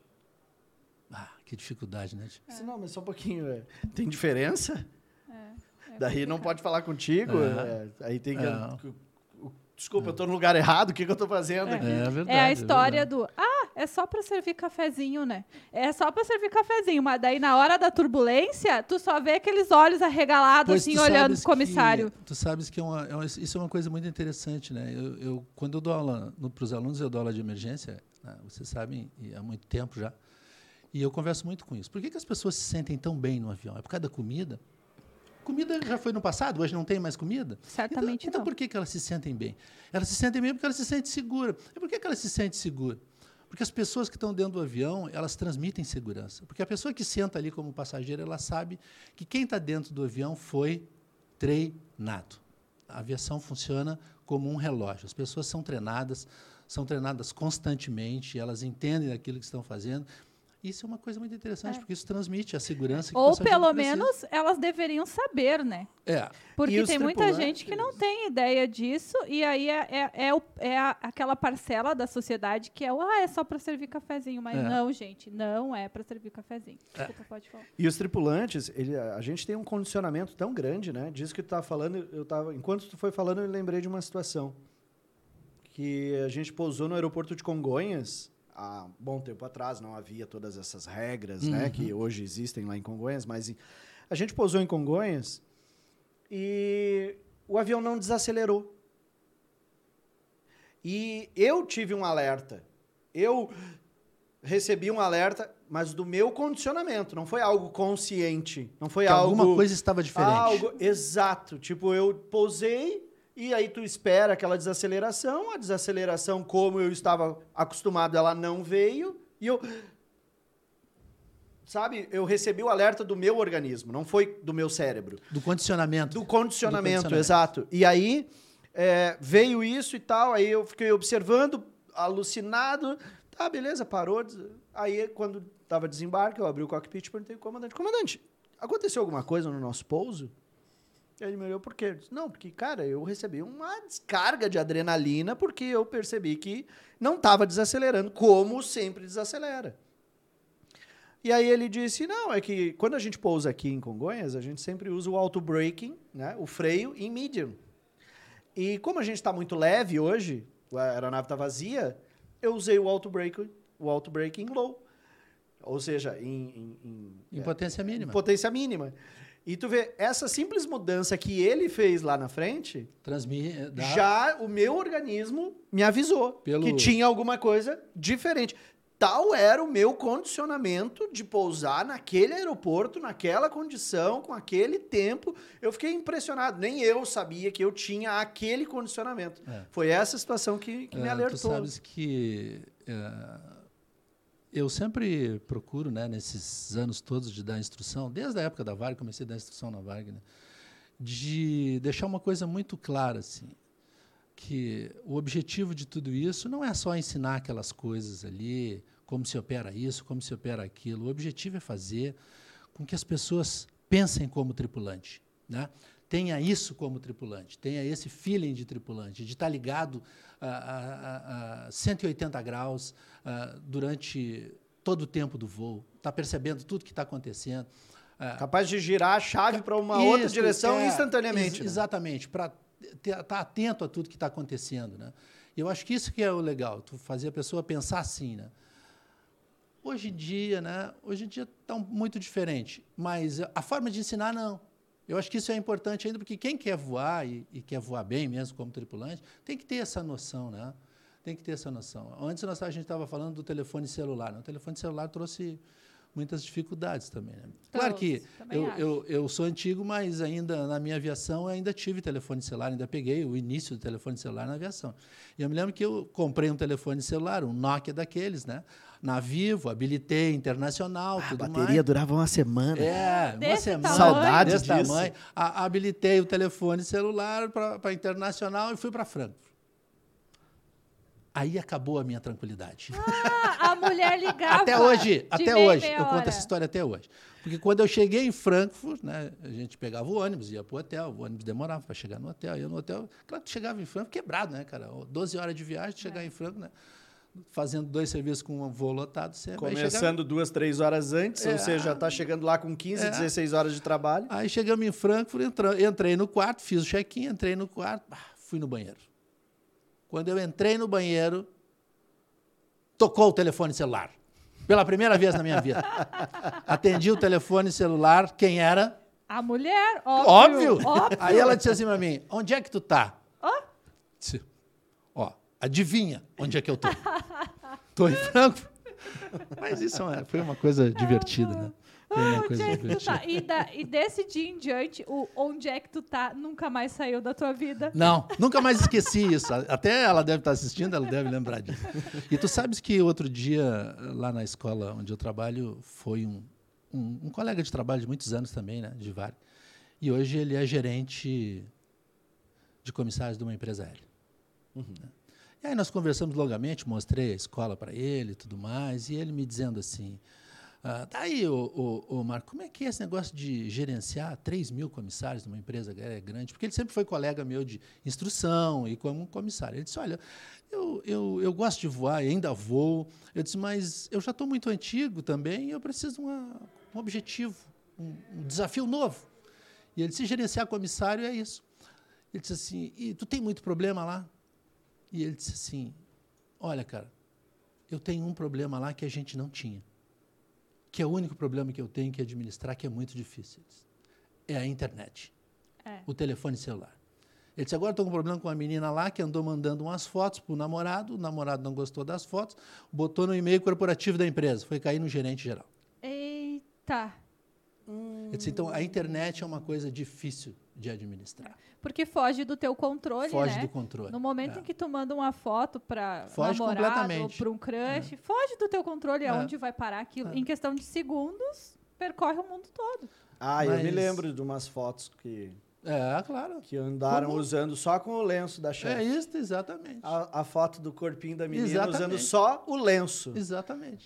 Ah, que dificuldade, né? Eu disse, não, mas só um pouquinho. é, Tem diferença? É, é Daí não complicado. pode falar contigo. É. é, aí tem que... É. Desculpa, eu tô no lugar errado, o que, que eu tô fazendo É. aqui? É verdade. É a história é do, ah, é só pra servir cafezinho, né? É só pra servir cafezinho, mas daí na hora da turbulência, tu só vê aqueles olhos arregalados, Pois assim, tu olhando sabes o comissário. Que, tu sabes que é uma, é uma- isso é uma coisa muito interessante, né? Eu, eu, quando eu dou aula para os alunos, eu dou aula de emergência, né? Vocês sabem, e há muito tempo já, e eu converso muito com isso. Por que, que as pessoas se sentem tão bem no avião? É por causa da comida? Comida já foi no passado, hoje não tem mais comida? Certamente então, então não. por que, que elas se sentem bem? Elas se sentem bem porque elas se sentem seguras. E por que, que elas se sentem seguras? Porque as pessoas que estão dentro do avião, elas transmitem segurança. Porque a pessoa que senta ali como passageiro, ela sabe que quem está dentro do avião foi treinado. A aviação funciona como um relógio. As pessoas são treinadas, são treinadas constantemente, elas entendem aquilo que estão fazendo. Isso é uma coisa muito interessante, É. porque isso transmite a segurança que o Ou passageiro pelo precisa. menos elas deveriam saber, né? É. Porque E os tem muita tripulantes? gente que não tem ideia disso, e aí é, é, é, o- é a- aquela parcela da sociedade que é, o, ah, é só para servir cafezinho. Mas É. não, gente, não é para servir cafezinho. Desculpa, pode falar. E os tripulantes, ele, a gente tem um condicionamento tão grande, né? Disso que tu tava falando, eu tava, enquanto tu foi falando, eu lembrei de uma situação. Que a gente pousou no aeroporto de Congonhas, há bom tempo atrás, não havia todas essas regras, né? Uhum. Que hoje existem lá em Congonhas, mas em- a gente pousou em Congonhas e o avião não desacelerou. E eu tive um alerta. Eu recebi um alerta, mas do meu condicionamento, não foi algo consciente, não foi Que algo... alguma coisa estava diferente. Algo, exato. Tipo, eu pousei e aí tu espera aquela desaceleração. A desaceleração, como eu estava acostumado, ela não veio. E eu... Sabe? Eu recebi o alerta do meu organismo, não foi do meu cérebro. Do condicionamento. Do condicionamento, Do condicionamento. exato. E aí é, veio isso e tal, aí eu fiquei observando, alucinado. Tá, beleza, parou. des- Aí, quando tava desembarque, eu abri o cockpit e perguntei ao comandante, comandante, aconteceu alguma coisa no nosso pouso? Aí ele me olhou, por quê? Eu disse, não, porque, cara, eu recebi uma descarga de adrenalina porque eu percebi que não estava desacelerando, como sempre desacelera. E aí ele disse, não, é que quando a gente pousa aqui em Congonhas, a gente sempre usa o auto-braking, né, o freio em medium. E como a gente está muito leve hoje, a aeronave está vazia, eu usei o auto-braking, o auto-braking low. Ou seja, em... Em, em, em potência mínima. Em potência mínima. E tu vê, essa simples mudança que ele fez lá na frente, Transmi- dá- já o meu organismo me avisou Pelo- que tinha alguma coisa diferente. Tal era o meu condicionamento de pousar naquele aeroporto, naquela condição, com aquele tempo. Eu fiquei impressionado. Nem eu sabia que eu tinha aquele condicionamento. É. Foi essa situação que, que me É, alertou. Tu sabes que é, eu sempre procuro, né, nesses anos todos de dar instrução, desde a época da Varg, comecei a dar instrução na Varg, né, de deixar uma coisa muito clara, assim, que o objetivo de tudo isso não é só ensinar aquelas coisas ali, como se opera isso, como se opera aquilo. O objetivo é fazer com que as pessoas pensem como tripulante, né? Tenha isso como tripulante, tenha esse feeling de tripulante, de estar ligado a, a, a cento e oitenta graus a, durante todo o tempo do voo, estar percebendo tudo que está acontecendo. Capaz de girar a chave para uma Isso, outra direção é, instantaneamente. Ex né? Exatamente, para estar atento a tudo que está acontecendo. Né? Eu acho que isso que é o legal, tu fazer a pessoa pensar assim. Né? Hoje em dia, né? Hoje em dia está muito diferente, mas a forma de ensinar, não. Eu acho que isso é importante ainda, porque quem quer voar, e, e quer voar bem mesmo como tripulante, tem que ter essa noção, né? Tem que ter essa noção. Antes nós, a gente estava falando do telefone celular. Né? O telefone celular trouxe muitas dificuldades também. Né? Claro que eu, eu, eu sou antigo, mas ainda na minha aviação eu ainda tive telefone celular, ainda peguei o início do telefone celular na aviação. E eu me lembro que eu comprei um telefone celular, um Nokia daqueles, né? Na Vivo, habilitei internacional, Ah, tudo a bateria mais. durava uma semana. É, uma Desse semana. tamanho? Saudade desse disso. tamanho. A, habilitei o telefone celular para internacional e fui para Frankfurt. Aí acabou a minha tranquilidade. Ah, a mulher ligava. Até hoje, até meia, hoje. meia Eu conto hora. essa história até hoje. Porque quando eu cheguei em Frankfurt, né, a gente pegava o ônibus, ia para o hotel, o ônibus demorava para chegar no hotel, ia no hotel. Claro que chegava em Frankfurt quebrado, né, cara? doze horas de viagem, chegar É. em Frankfurt, né? Fazendo dois serviços com um voo lotado sempre. Aí Começando chegava- duas, três horas antes, É. ou seja, já está chegando lá com quinze, É. dezesseis horas de trabalho. Aí chegamos em Frankfurt, entra- entrei no quarto, fiz o check-in, entrei no quarto, ah, fui no banheiro. Quando eu entrei no banheiro, tocou o telefone celular. Pela primeira vez na minha vida. Atendi o telefone celular, quem era? A mulher, óbvio. Óbvio! óbvio. Aí ela disse assim para mim, onde é que tu tá? Ó. Disse, ó, adivinha onde é que eu tô? Tô em Frankfurt. Mas isso é uma- foi uma coisa divertida, né? Foi uma Onde coisa é que tu divertida. tá? E, da- e desse dia em diante, o onde é que tu tá nunca mais saiu da tua vida. Não, nunca mais esqueci isso. Até ela deve estar assistindo, ela deve lembrar disso. E tu sabes que outro dia, lá na escola onde eu trabalho, foi um, um, um colega de trabalho de muitos anos também, né, de Varg. E hoje ele é gerente de comissários de uma empresa aérea. Uhum. E aí nós conversamos longamente, mostrei a escola para ele e tudo mais, e ele me dizendo assim, ah, tá aí, ô, ô, ô, Marco, como é que é esse negócio de gerenciar três mil comissários numa empresa grande? Porque ele sempre foi colega meu de instrução e como comissário. Ele disse, olha, eu, eu, eu gosto de voar, e ainda voo. Eu disse, mas eu já estou muito antigo também e eu preciso de uma, um objetivo, um, um desafio novo. E ele disse, gerenciar comissário é isso. Ele disse assim, e tu tem muito problema lá? E ele disse assim, olha, cara, eu tenho um problema lá que a gente não tinha, que é o único problema que eu tenho que administrar, que é muito difícil. É a internet, É. o telefone celular. Ele disse, agora estou com um problema com uma menina lá que andou mandando umas fotos para o namorado, o namorado não gostou das fotos, botou no e-mail corporativo da empresa, foi cair no gerente geral. Eita. Ele disse, então, a internet é uma coisa difícil de administrar. Porque foge do teu controle, Foge né? do controle. No momento É. em que tu manda uma foto para Foge namorado ou completamente. para um crush, foge do teu controle É. aonde vai parar aquilo. É. Em questão de segundos, percorre o mundo todo. Ah, eu me Mas- lembro de umas fotos que, É, claro. que andaram Como? usando só com o lenço da É chefe. isso, exatamente. A, a foto do corpinho da menina Exatamente. usando só o lenço. Exatamente.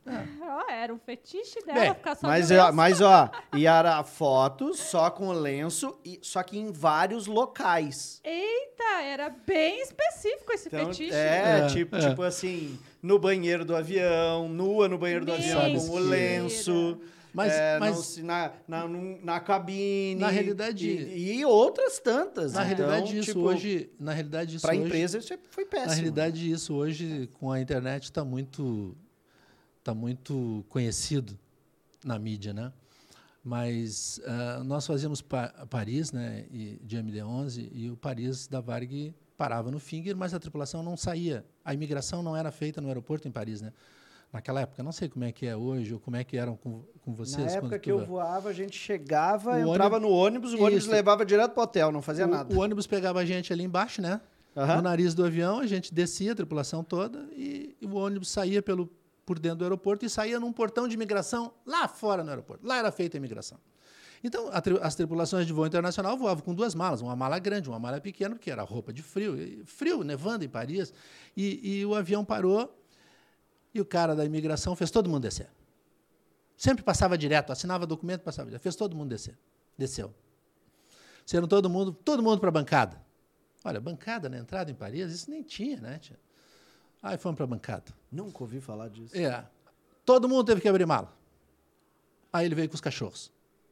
Oh, era um fetiche dela Bem, ficar só mas, de ó, lenço. mas, ó, e era foto só com o lenço, e, só que em vários locais. Eita, era bem específico esse Então, fetiche. é, É, tipo, é. tipo assim, no banheiro do avião, nua no banheiro do avião com o Mentira. lenço, Mas- é, mas- não se- na, na, num- na cabine. Na realidade- E, e outras tantas. Na então, realidade, isso tipo, hoje... Na realidade, isso pra hoje... empresa isso foi péssimo. Na realidade, isso hoje, com a internet, está muito, tá muito conhecido na mídia, né? Mas ah, nós fazíamos pa Paris, né, e, de M D onze, e o Paris da Varig parava no Finger, mas a tripulação não saía. A imigração não era feita no aeroporto em Paris, né? Naquela época. Não sei como é que é hoje, ou como é que eram com, com vocês. Na quando época que tu eu vai. voava, a gente chegava, O entrava ônibus- no ônibus, o ônibus Isso. levava direto pro hotel, não fazia o, nada. o ônibus pegava a gente ali embaixo, né? Aham. No nariz do avião, a gente descia, a tripulação toda, e, e o ônibus saía pelo, por dentro do aeroporto e saía num portão de imigração lá fora no aeroporto. Lá era feita a imigração. Então, a tri, as tripulações de voo internacional voavam com duas malas, uma mala grande, uma mala pequena, porque era roupa de frio, e frio, nevando em Paris, e, e o avião parou e o cara da imigração fez todo mundo descer. Sempre passava direto, assinava documento, passava direto, fez todo mundo descer. Desceu. Desceram todo mundo, todo mundo para a bancada. Olha, bancada na entrada em Paris, isso nem tinha, né, tia? Aí fomos para a bancada. Nunca ouvi falar disso. É. Todo mundo teve que abrir mala. Aí ele veio com os cachorros.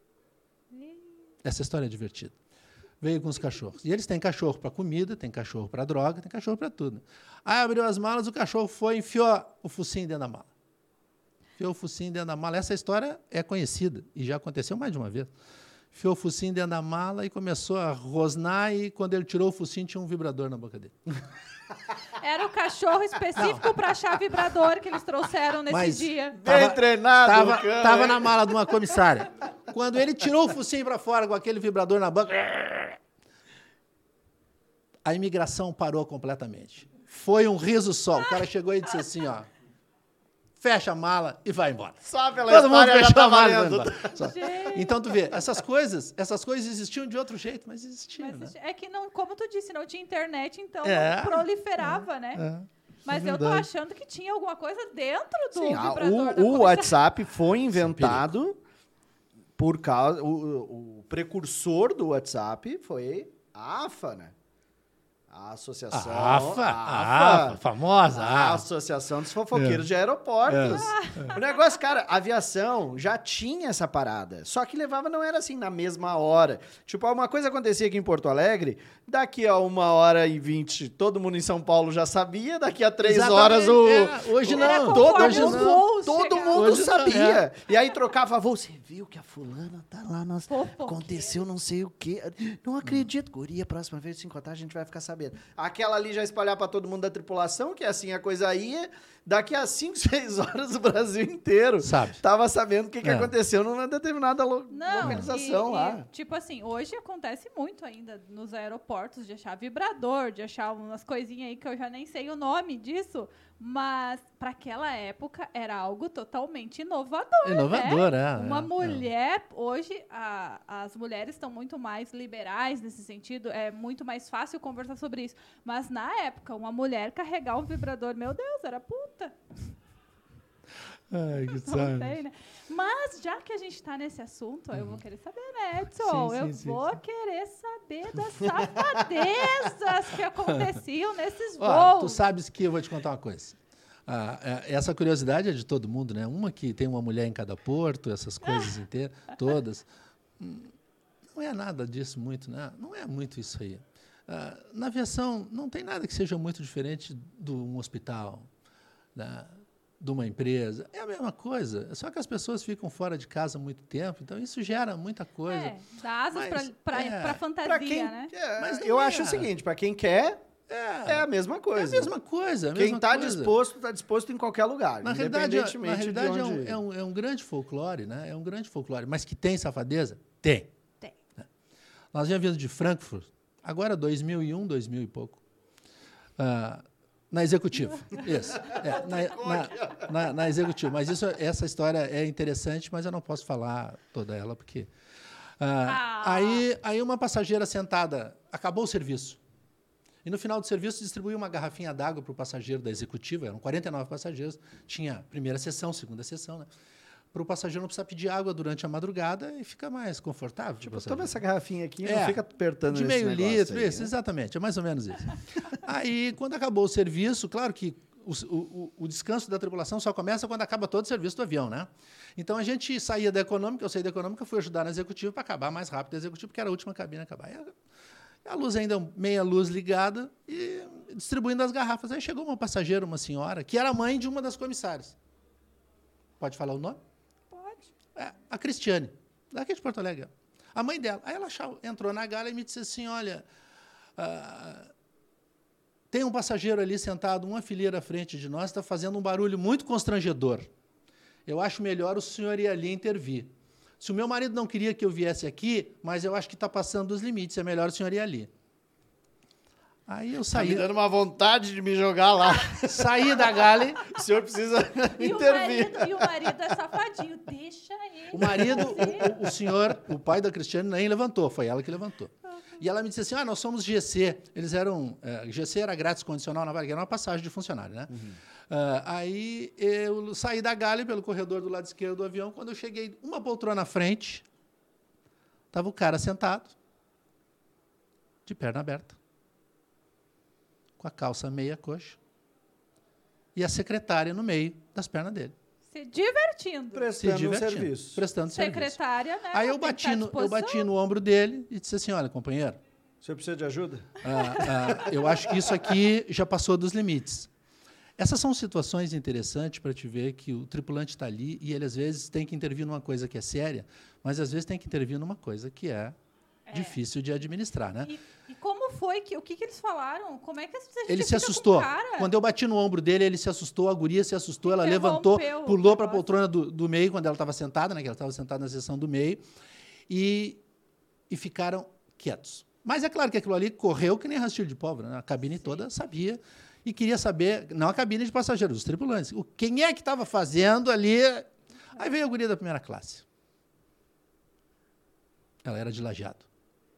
Essa história é divertida. Veio com os cachorros. E eles têm cachorro para comida, tem cachorro para droga, tem cachorro para tudo. Aí abriu as malas, o cachorro foi e enfiou o focinho dentro da mala. Enfiou o focinho dentro da mala. Essa história é conhecida e já aconteceu mais de uma vez. Enfiou o focinho dentro da mala e começou a rosnar, e quando ele tirou o focinho, tinha um vibrador na boca dele. Era o cachorro específico para achar vibrador que eles trouxeram nesse Mas- dia. Bem Tava- treinado, Tava, Lucão, tava hein? na mala de uma comissária. Quando ele tirou o focinho para fora com aquele vibrador na boca, a imigração parou completamente. Foi um riso só. O cara chegou e disse assim, ó, fecha a mala e vai embora. Só pela Todo mundo história já fechou tá a mala e vai valendo. embora. Só. Gente. Então, tu vê, essas coisas, essas coisas existiam de outro jeito, mas existiam, Mas né? é que, não, como tu disse, não tinha internet, então É. não proliferava, né? É. Mas é eu tô verdade. achando que tinha alguma coisa dentro do Sim, a- vibrador. da o, o coisa. WhatsApp foi inventado por causa... O, o precursor do WhatsApp foi a AFA, né? A Associação... A AFA, a a AFA, famosa. A A Associação dos Fofoqueiros de Aeroportos. O negócio, cara, a aviação já tinha essa parada. Só que levava, não era assim, na mesma hora. Tipo, uma coisa acontecia aqui em Porto Alegre, daqui a uma hora e vinte, todo mundo em São Paulo já sabia, daqui a três Exatamente, horas o... é, hoje o- não, Era todo, conforme hoje os não. voos Todo chegavam. mundo Hoje não, sabia. é. E aí trocava voo. Você viu que a fulana tá lá, nós... Fofoqueira. aconteceu não sei o quê. Não acredito. Guria, próxima vez se encontrar, a gente vai ficar sabendo. Aquela ali já espalhar pra todo mundo da tripulação, que assim a coisa ia. Daqui a cinco, seis horas o Brasil inteiro Sabe. tava sabendo o que, que É. aconteceu numa determinada lo- Não, localização e- lá. e, tipo assim, hoje acontece muito ainda nos aeroportos de achar vibrador, de achar umas coisinhas aí que eu já nem sei o nome disso, mas para aquela época era algo totalmente inovador. Inovador, né? é. Uma é, mulher, hoje a- as mulheres estão muito mais liberais nesse sentido, é muito mais fácil conversar sobre isso. Mas na época, uma mulher carregar um vibrador, meu Deus, era puta. é. Ai, que Não sabe. tem, né? Mas já que a gente está nesse assunto, eu vou querer saber, né, Edson? Sim, eu sim, sim, vou sim. querer saber das safadezas que aconteciam nesses Ó, tu voos. sabes que eu vou te contar uma coisa. Ah, é- essa curiosidade é de todo mundo, né? Uma que tem uma mulher em cada porto, essas coisas inteiras, todas. Hum, Não é nada disso muito, né? Não é muito isso aí. Ah, na aviação, não tem nada que seja muito diferente de um hospital, né? De uma empresa. É a mesma coisa, só que as pessoas ficam fora de casa há muito tempo, então isso gera muita coisa. É, dá asas Mas, para é, pra fantasia, Pra quem, né? é, Mas não eu é. acho o seguinte, para quem quer, É, é a mesma é coisa. a mesma coisa. é a Quem mesma está coisa. disposto, está disposto em qualquer lugar, Na realidade, é- na independentemente realidade de é, onde... um, é, um, é um grande folclore, né? É um grande folclore. Mas que tem safadeza? Tem. Tem. Nós já vindo de Frankfurt, agora dois mil e um, dois mil e pouco, ah, na Executivo. Isso. É, na, na, na, na Executivo. Mas isso, essa história é interessante, mas eu não posso falar toda ela, porque... ah, Ah. Aí, aí uma passageira sentada, acabou o serviço. E no final do serviço distribuía uma garrafinha d'água para o passageiro da executiva, eram quarenta e nove passageiros, tinha primeira sessão, segunda sessão, né? Para o passageiro não precisar pedir água durante a madrugada e fica mais confortável. Tipo, toma essa garrafinha aqui e é, não fica apertando de nesse meio litro, aí, isso, né? exatamente, é mais ou menos isso. Aí, quando acabou o serviço, claro que o, o, o descanso da tripulação só começa quando acaba todo o serviço do avião, né? Então, a gente saía da econômica, eu saí da econômica, fui ajudar na executiva para acabar mais rápido a executiva, porque era a última cabine a acabar. E a, a luz ainda, meia luz ligada, e distribuindo as garrafas. Aí chegou uma passageira, uma senhora, que era mãe de uma das comissárias. Pode falar o nome? Pode. É, a Cristiane, daqui de Porto Alegre. A mãe dela. Aí ela entrou na gala e me disse assim, olha, uh, tem um passageiro ali sentado uma fileira à frente de nós, está fazendo um barulho muito constrangedor. Eu acho melhor o senhor ir ali intervir. Se o meu marido não queria que eu viesse aqui, mas eu acho que está passando dos limites, é melhor o senhor ir ali. Aí eu saí. Tá me dando uma vontade de me jogar lá. Saí da gala. O senhor precisa E intervir. o, marido, e o marido é safadinho, deixa ele. O marido, o, o senhor, o pai da Cristiane nem levantou, foi ela que levantou. E ela me disse assim, ah, nós somos G C. Eles eram, é, G C era grátis condicional na vaga, era uma passagem de funcionário, né? Uhum. Uh, aí eu saí da gala pelo corredor do lado esquerdo do avião, quando eu cheguei uma poltrona na frente, estava o cara sentado, de perna aberta, com a calça meia coxa, e a secretária no meio das pernas dele. Se divertindo. Prestando Se divertindo, serviço. Prestando Secretária, serviço. né? Aí eu tem que bati, estar à no, eu disposição. bati no ombro dele e disse assim, olha, companheiro, O senhor precisa de ajuda? ah, ah, eu acho que isso aqui já passou dos limites. Essas são situações interessantes para te ver que o tripulante está ali e ele, às vezes, tem que intervir numa coisa que é séria, mas, às vezes, tem que intervir numa coisa que é, é. difícil de administrar. Né? E, e como foi? Que, o que, que eles falaram? Como é que você Ele se fica com o assustou. cara? Quando eu bati no ombro dele, ele se assustou, a guria se assustou, ela Interrompeu levantou, o pulou para a negócio. poltrona do, do meio, quando ela estava sentada, né, que ela estava sentada na seção do meio, e, e ficaram quietos. Mas é claro que aquilo ali correu que nem rastilho de pólvora, né? A cabine Sim. toda sabia e queria saber, não a cabine de passageiros, os tripulantes, o, quem é que estava fazendo ali. Aí veio a guria da primeira classe. Ela era de Lajeado.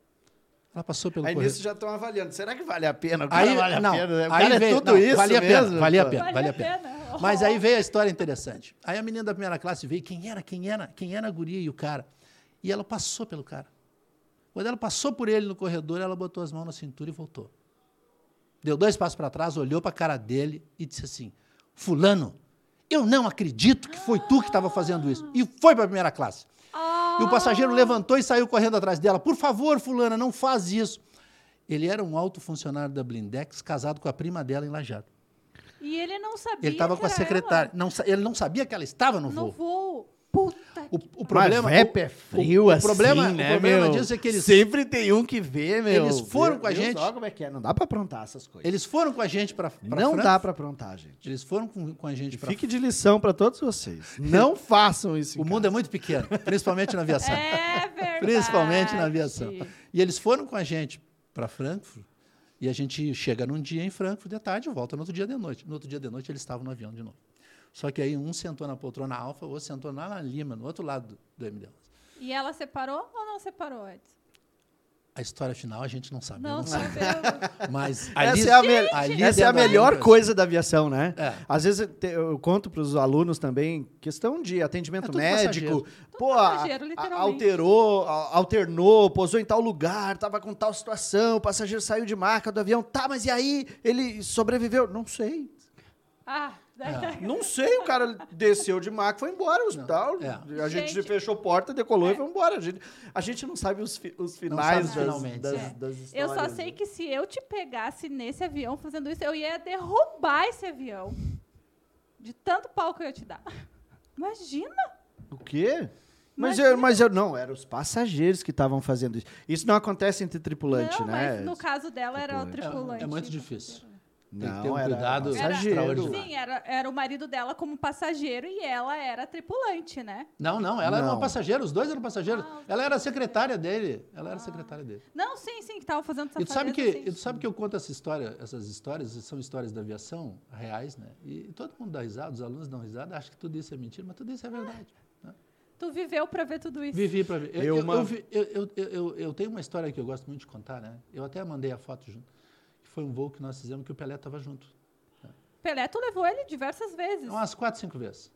Ela passou pelo Aí corredor. nisso já estão avaliando. Será que vale a pena? O cara Aí, vale a não, pena? O aí cara veio, é tudo não, isso valia a mesmo? pena, valia a pô? pena, Vale valia a a pena. pena. Mas aí veio a história interessante. Aí a menina da primeira classe veio, quem era, quem era, quem era a guria e o cara. E ela passou pelo cara. Quando ela passou por ele no corredor, ela botou as mãos na cintura e voltou. Deu dois passos para trás, olhou para a cara dele e disse assim, fulano, eu não acredito que foi tu que estava fazendo isso. E foi para a primeira classe. Ah. E o passageiro levantou e saiu correndo atrás dela. Por favor, fulana, não faz isso. Ele era um alto funcionário da Blindex, casado com a prima dela em Lajeado. E ele não sabia Ele estava que com a era secretária. ela. Não, sa- ele não sabia que ela estava no No voo. voo. Puta O, que... o problema, Mas é o- frio o, assim, o problema, né, o problema meu? disso é que eles, Sempre tem um que vê, meu. Eles foram Viu- com a viu gente. só como é que é? Não dá pra aprontar essas coisas. eles foram com a gente para Não dá pra aprontar, gente. Eles foram com, com a gente para Fique de lição pra todos vocês. Não façam isso em O mundo é muito pequeno, principalmente na aviação. É verdade. Principalmente na aviação. E eles foram com a gente para Frankfurt, e a gente chega num dia em Frankfurt de tarde e volta no outro dia de noite. No outro dia de noite, eles estavam no avião de novo. Só que aí um sentou na poltrona Alfa, o outro sentou lá na Lima, no outro lado do, do M D onze. E ela separou ou não separou, Edson? A história final a gente não sabe. eu Não não sei. sabemos. Mas Essa ali, é a, me- ali essa é a dentro da melhor empresa- coisa da aviação, né? É. Às vezes eu, te- eu conto para os alunos também questão de atendimento É tudo médico. passageiro. Pô, a- passageiro, a- literalmente. alterou, a- alternou, pousou em tal lugar, tava com tal situação, o passageiro saiu de marca do avião. Tá, mas e aí? Ele sobreviveu? Não sei. Ah, daí... Não sei, o cara desceu de marca, foi embora ao hospital. É. A gente, Gente, fechou porta, decolou é. e foi embora. A gente, a gente não sabe os, fi- os finais sabe das, finalmente, das, é. das Eu histórias. só sei que se eu te pegasse nesse avião fazendo isso, eu ia derrubar esse avião. De tanto pau que eu ia te dar. Imagina! O quê? Mas Imagina. eu, mas eu não, eram os passageiros que estavam fazendo isso. Isso não acontece entre tripulante, não, né? mas no caso dela era o Tripulante. tripulante. É, é muito difícil. Tem que Não, ter um era cuidado Era, extraordinário. sim, era, era o marido dela como passageiro e ela era tripulante, né? Não, não, ela era Não. uma passageira, os dois eram passageiros. Ah, ela era a secretária dele. Ela era a secretária dele. Não, sim, sim, que tava fazendo E tu sabe que, safadeza, e tu sim. sabe que eu conto essa história, essas histórias, são histórias da aviação reais, né? E todo mundo dá risada, os alunos dão risada, acham que tudo isso é mentira, mas tudo isso é verdade. Né? Tu viveu pra ver tudo isso. Vivi para ver. Eu, Eu eu, uma- eu, vi- eu, eu, eu, eu tenho uma história que eu gosto muito de contar, né? Eu até mandei a foto junto. Que foi um voo que nós fizemos que o Pelé estava junto. Pelé, tu levou ele diversas vezes. Umas quatro, cinco vezes.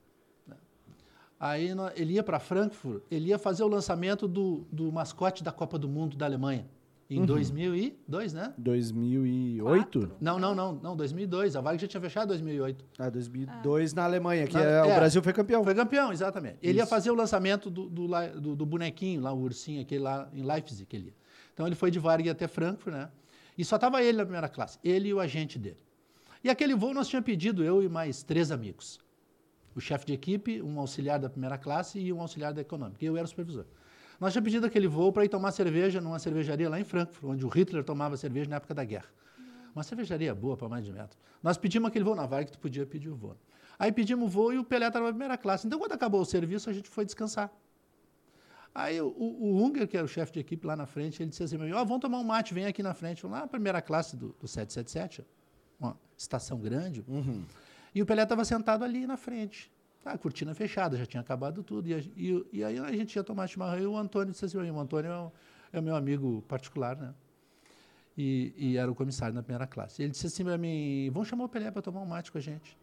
Aí nós, ele ia para Frankfurt, ele ia fazer o lançamento do, do mascote da Copa do Mundo da Alemanha. Em uhum. dois mil e dois, né? dois mil e oito? Quatro. Não, não, não, não, dois mil e dois. A Varg já tinha fechado em dois mil e oito. Ah, dois mil e dois ah. na Alemanha, que na, é, é, o Brasil foi campeão. Foi campeão, exatamente. Ele Isso. ia fazer o lançamento do, do, do, do bonequinho, lá, o ursinho, aquele lá em Leipzig. Que ele ia. Então ele foi de Varg até Frankfurt, né? E só estava ele na primeira classe, ele e o agente dele. E aquele voo nós tínhamos pedido, eu e mais três amigos. O chefe de equipe, um auxiliar da primeira classe e um auxiliar da econômica. E eu era o supervisor. Nós tínhamos pedido aquele voo para ir tomar cerveja numa cervejaria lá em Frankfurt, onde o Hitler tomava cerveja na época da guerra. Uma cervejaria boa para mais de metro. Nós pedimos aquele voo na Varg, que tu podia pedir o voo. Aí pedimos o voo e o Pelé estava na primeira classe. Então, quando acabou o serviço, a gente foi descansar. Aí o, o, o Unger, que era o chefe de equipe lá na frente, ele disse assim, ó, oh, vamos tomar um mate, vem aqui na frente. Lá na primeira classe do, do sete sete sete, uma estação grande. Uhum. E o Pelé estava sentado ali na frente. A cortina fechada, já tinha acabado tudo. E, e, e aí a gente ia tomar chimarrão e o Antônio disse assim, o Antônio é o, é o meu amigo particular, né? E, e era o comissário na primeira classe. Ele disse assim para mim, vamos chamar o Pelé para tomar um mate com a gente.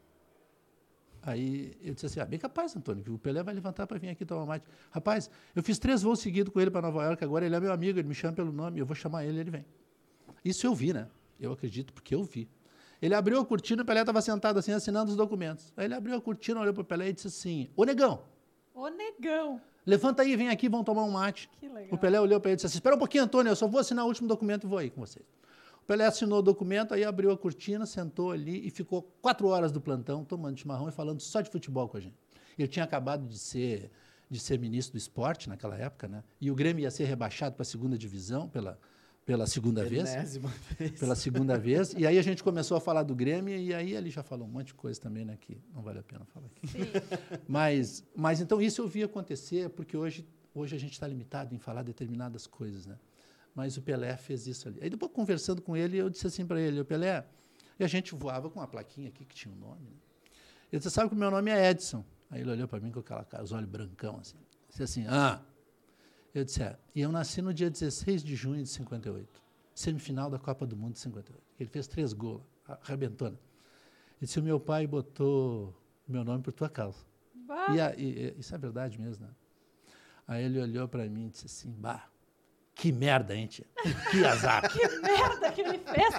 Aí eu disse assim, ah, bem capaz, Antônio, que o Pelé vai levantar para vir aqui tomar um mate. Rapaz, eu fiz três voos seguidos com ele para Nova York, agora ele é meu amigo, ele me chama pelo nome, eu vou chamar ele, ele vem. Isso eu vi, né? Eu acredito, porque eu vi. Ele abriu a cortina, o Pelé estava sentado assim, assinando os documentos. Aí ele abriu a cortina, olhou para o Pelé e disse assim, ô negão. Ô negão. Levanta aí, vem aqui, vamos tomar um mate. Que legal. O Pelé olhou para ele e disse assim, espera um pouquinho, Antônio, eu só vou assinar o último documento e vou aí com vocês. O Pelé assinou o documento, aí abriu a cortina, sentou ali e ficou quatro horas do plantão, tomando chimarrão e falando só de futebol com a gente. Ele tinha acabado de ser, de ser ministro do esporte naquela época, né? E o Grêmio ia ser rebaixado para a segunda divisão pela... pela segunda vez, vez, pela segunda vez, e aí a gente começou a falar do Grêmio, e aí ele já falou um monte de coisa também, né, que não vale a pena falar aqui. Sim. Mas, mas, então, isso eu vi acontecer, porque hoje, hoje a gente está limitado em falar determinadas coisas, né? Mas o Pelé fez isso ali. Aí, depois, conversando com ele, eu disse assim para ele, o Pelé, e a gente voava com uma plaquinha aqui que tinha um nome, né? Ele disse, sabe que o meu nome é Edson. Aí ele olhou para mim com aquela cara, os olhos brancão, assim. Disse assim, ah... Eu disse, é, e eu nasci no dia dezesseis de junho de cinquenta e oito, semifinal da Copa do Mundo de cinquenta e oito. Ele fez três gols, arrebentou. Ele disse, o meu pai botou o meu nome por tua causa. E, a, e, e isso é verdade mesmo, né? Aí ele olhou para mim e disse assim, bah, que merda, hein, tia? Que azar. Que merda que ele fez.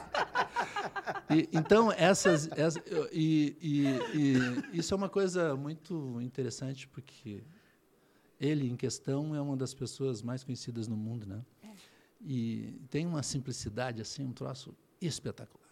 E, então, essas, essas e, e, e isso é uma coisa muito interessante, porque... Ele, em questão, é uma das pessoas mais conhecidas no mundo, né? É. E tem uma simplicidade, assim, um troço espetacular.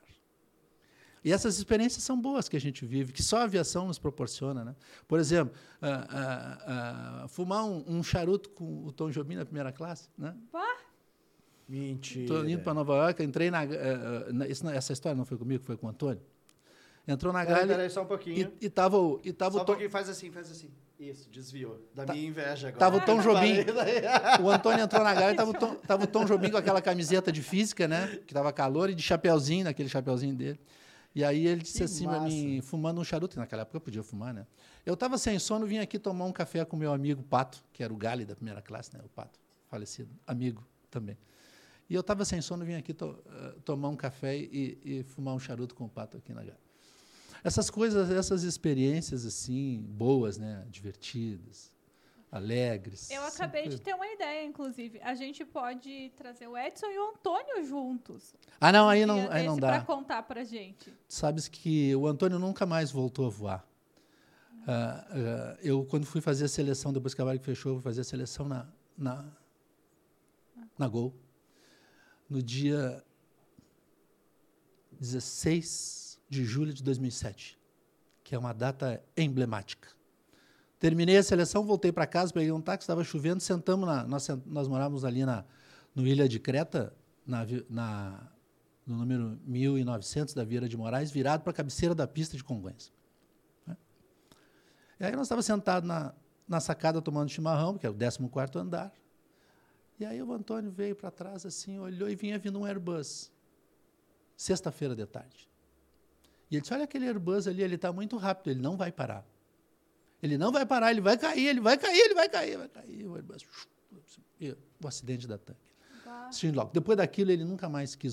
E essas experiências são boas que a gente vive, que só a aviação nos proporciona, né? Por exemplo, ah, ah, ah, fumar um, um charuto com o Tom Jobim na primeira classe, né? Bah. Mentira. Estou indo para Nova York, entrei na, uh, na... Essa história não foi comigo, foi com o Antônio. Entrou na galha... Peraí, só um pouquinho. E estava o... E tava só um o Tom... pouquinho, faz assim, faz assim. Isso, desviou. Da tá, minha inveja agora. Tava o Tom Jobim. O Antônio entrou na galera e tava o Tom, tava o Tom Jobim com aquela camiseta de física, né? Que tava calor, e de chapeuzinho, naquele chapeuzinho dele. E aí ele disse que assim para mim, fumando um charuto, naquela época eu podia fumar, né? Eu tava sem sono, vim aqui tomar um café com meu amigo Pato, que era o Gali da primeira classe, né? O Pato, falecido, amigo também. E eu tava sem sono, vim aqui to, uh, tomar um café e, e fumar um charuto com o Pato aqui na galera. Essas coisas, essas experiências assim, boas, né? Divertidas, alegres. Eu acabei sempre... de ter uma ideia, inclusive. A gente pode trazer o Edson e o Antônio juntos. Ah, não, aí não, aí não dá. Para contar pra gente. Sabes que o Antônio nunca mais voltou a voar. Uh, uh, eu, quando fui fazer a seleção, depois que a Varg fechou, fui fazer a seleção na, na, na Gol. No dia dezesseis de julho de dois mil e sete, que é uma data emblemática. Terminei a seleção, voltei para casa, peguei um táxi, estava chovendo, sentamos, na, nós, nós morávamos ali na, no Ilha de Creta, na, na, no número mil e novecentos da Vieira de Moraes, virado para a cabeceira da pista de Congonhas. E aí nós estávamos sentados na, na sacada tomando chimarrão, que é o décimo quarto andar, e aí o Antônio veio para trás, assim, olhou e vinha vindo um Airbus, sexta-feira de tarde. E ele disse, olha aquele Airbus ali, ele está muito rápido, ele não vai parar. Ele não vai parar, ele vai cair, ele vai cair, ele vai cair, vai cair. O Airbus, o acidente da tanque. Sim, logo. Depois daquilo, ele nunca mais quis voar.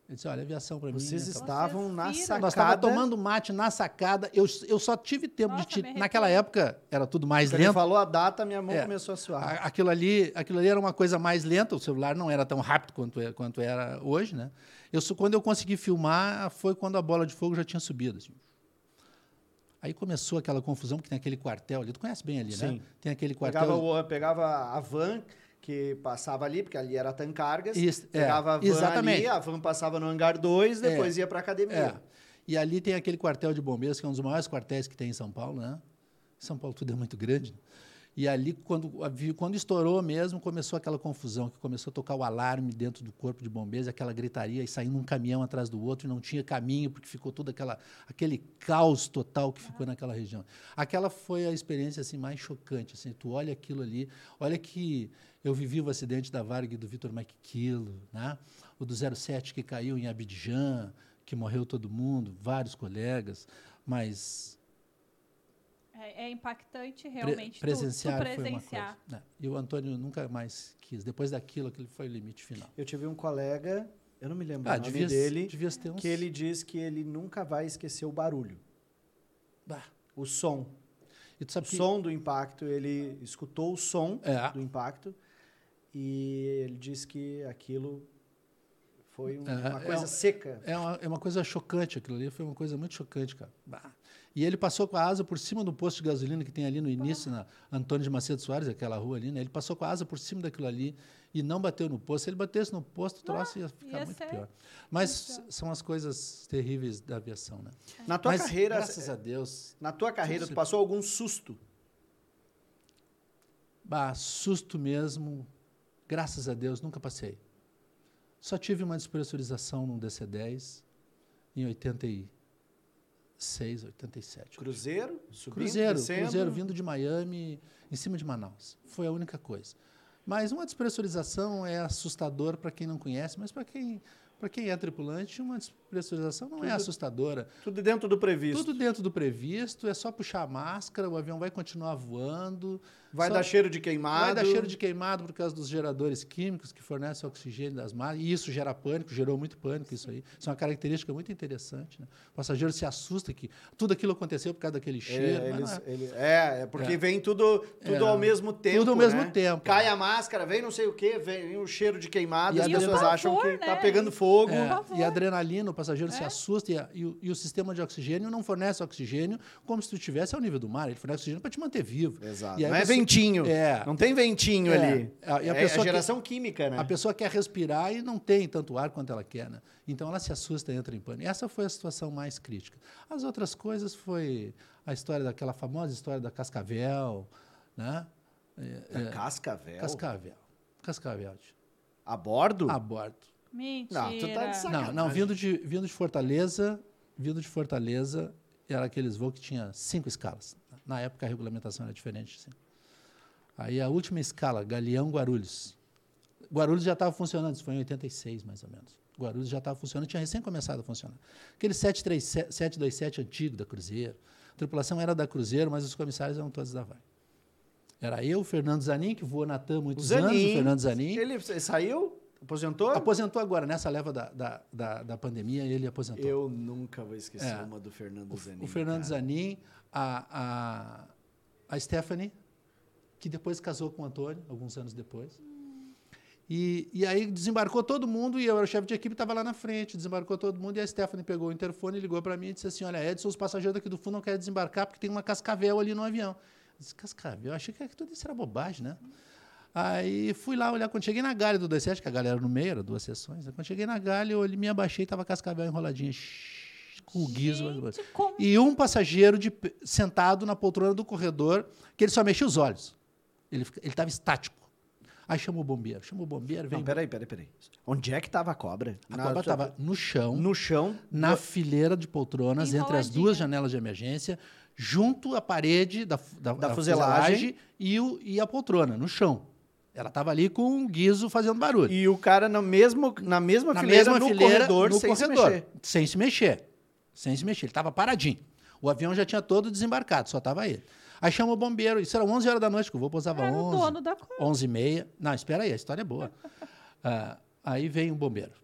Ele disse, olha, aviação para mim... Vocês essa- estavam Vocês na viram? sacada. Nós estávamos tomando mate na sacada. Eu, eu só tive tempo Nossa, de... Ti... me arrepio. Naquela época, era tudo mais Quando ele lento. falou a data, minha mão É. começou a suar. A- Aquilo ali, aquilo ali era uma coisa mais lenta, o celular não era tão rápido quanto, é- quanto era hoje, né? Eu, só- quando eu consegui filmar, foi quando a bola de fogo já tinha subido. Assim. Aí começou aquela confusão, porque tem aquele quartel ali, tu conhece bem ali, Sim. né? Tem aquele quartel... Pegava, o, pegava a van que passava ali, porque ali era Tancargas. Isso, é, pegava a van exatamente. ali, a van passava no hangar dois, depois ia para a academia. É. E ali tem aquele quartel de bombeiros, que é um dos maiores quartéis que tem em São Paulo, né? São Paulo tudo é muito grande. E ali, quando, avi- quando estourou mesmo, começou aquela confusão, que começou a tocar o alarme dentro do corpo de bombeiros, aquela gritaria, e saindo um caminhão atrás do outro, e não tinha caminho, porque ficou todo aquela, aquele caos total que ficou naquela região. Aquela foi a experiência assim, mais chocante. Assim, tu olha aquilo ali, olha que eu vivi o acidente da Varg do Vitor Maquiquilo, né? O do zero sete que caiu em Abidjan, que morreu todo mundo, vários colegas, mas... É, é impactante Pre- realmente tu- presenciar tu, foi uma presenciar. coisa. Né? E o Antônio nunca mais quis. Depois daquilo, aquele foi o limite final. Eu tive um colega, eu não me lembro Ah, o nome devia, dele, devia ter uns... que ele diz que ele nunca vai esquecer o barulho, Bah. o som. E tu O sabe que... som do impacto, ele escutou o som É. do impacto e ele disse que aquilo foi um- É, uma é coisa um- seca. É uma, é uma coisa chocante aquilo ali, foi uma coisa muito chocante, cara. Bah. E ele passou com a asa por cima do posto de gasolina que tem ali no início, na Antônio de Macedo Soares, aquela rua ali, né? Ele passou com a asa por cima daquilo ali e não bateu no posto. Se ele batesse no posto, o troço ia ficar ia muito ser- pior. Mas são as coisas terríveis da aviação, né? Na tua Mas, carreira, graças a Deus, na tua carreira, tu Tudo- passou algum susto? bah, susto mesmo, graças a Deus, nunca passei. Só tive uma despressurização num D C dez em oitenta e seis, oitenta e sete. Cruzeiro? Subindo, Cruzeiro, descendo? Cruzeiro vindo de Miami, em cima de Manaus. Foi a única coisa. Mas uma despressurização é assustador para quem não conhece, mas para quem, para quem é tripulante, uma despressurização não é Tudo- assustadora. Tudo dentro do previsto. Tudo dentro do previsto, é só puxar a máscara, o avião vai continuar voando. Vai só- dar cheiro de queimado. Vai dar cheiro de queimado por causa dos geradores químicos que fornecem oxigênio das máquinas. E isso gera pânico, gerou muito pânico isso aí. Isso é uma característica muito interessante. Né? O passageiro se assusta que tudo aquilo aconteceu por causa daquele cheiro. É, mas eles- não é. ele- é, é porque É. vem tudo, tudo É. ao mesmo tempo. Tudo ao mesmo né? tempo. Cai a máscara, vem não sei o quê, vem o cheiro de queimado, E as a pessoas pavor, acham que né? tá pegando fogo. É, favor. e a adrenalina, o passageiro se É. assusta e, a- e o, e o sistema de oxigênio não fornece oxigênio como se tu estivesse ao nível do mar. Ele fornece oxigênio para te manter vivo. Exato. E aí Não é a pessoa- ventinho. É. Não tem ventinho É. ali. A- e a é pessoa a que- geração química, né? A pessoa quer respirar e não tem tanto ar quanto ela quer, né? Então ela se assusta e entra em pânico. Essa foi a situação mais crítica. As outras coisas foi a história daquela famosa história da Cascavel, né? É, é, Cascavel? Cascavel. Cascavel. tio. A bordo? A bordo. Mentira. Não, tu tá de Não, sacanagem. não, vindo de, vindo de Fortaleza, vindo de Fortaleza, era aqueles voos que tinha cinco escalas. Na época a regulamentação era diferente. Assim. Aí a última escala, Galeão Guarulhos. Guarulhos já estava funcionando, isso foi em oitenta e seis, mais ou menos. Guarulhos já estava funcionando, tinha recém começado a funcionar. Aquele sete três sete, sete dois sete antigo da Cruzeiro. A tripulação era da Cruzeiro, mas os comissários eram todos da Varg. Era eu, Fernando Zanin, que voou na TAM há muitos anos, o Fernando Zanin. Ele saiu? Aposentou? Aposentou agora, nessa leva da, da, da, da pandemia, ele aposentou. Eu nunca vou esquecer É. uma do Fernando Zanin. O Fernando cara. Zanin, a, a, a Stephanie, que depois casou com o Antônio, alguns anos depois. E, e aí desembarcou todo mundo, e eu era o chefe de equipe, estava lá na frente, desembarcou todo mundo, e a Stephanie pegou o interfone, ligou para mim e disse assim, olha, Edson, os passageiros daqui do fundo não querem desembarcar porque tem uma cascavel ali no avião. Eu disse, cascavel? Eu achei que tudo isso era bobagem, né? Aí fui lá olhar, quando cheguei na galha do dois sete, que a galera era no meio, era duas sessões, quando cheguei na galha, eu olhei, me abaixei, estava a cascavel enroladinha, shhh, com o guiso. Gente, como... E um passageiro de, pe- sentado na poltrona do corredor, que ele só mexia os olhos. Ele estava estático. Aí chamou o bombeiro. Chamou o bombeiro, veio. Não, peraí, peraí, peraí. Onde é que tava a cobra? A Na- cobra estava no chão, no chão. na fileira de poltronas, entre as Enroladinha. duas janelas de emergência, junto à parede da, fu- da, Da da fuselagem. fuselagem e, o, e a poltrona, no chão. Ela estava ali com um guiso fazendo barulho. E o cara na, mesmo, na mesma Na fileira, mesma no fileira, corredor, no sem corredor, se mexer. sem se mexer. Sem se mexer. Ele estava paradinho. O avião já tinha todo desembarcado, só estava ele. Aí chama o bombeiro, isso era onze horas da noite, que o voo pousava Era o onze. dono da coisa. onze e meia. Não, espera aí, a história é boa. Ah, aí vem o bombeiro.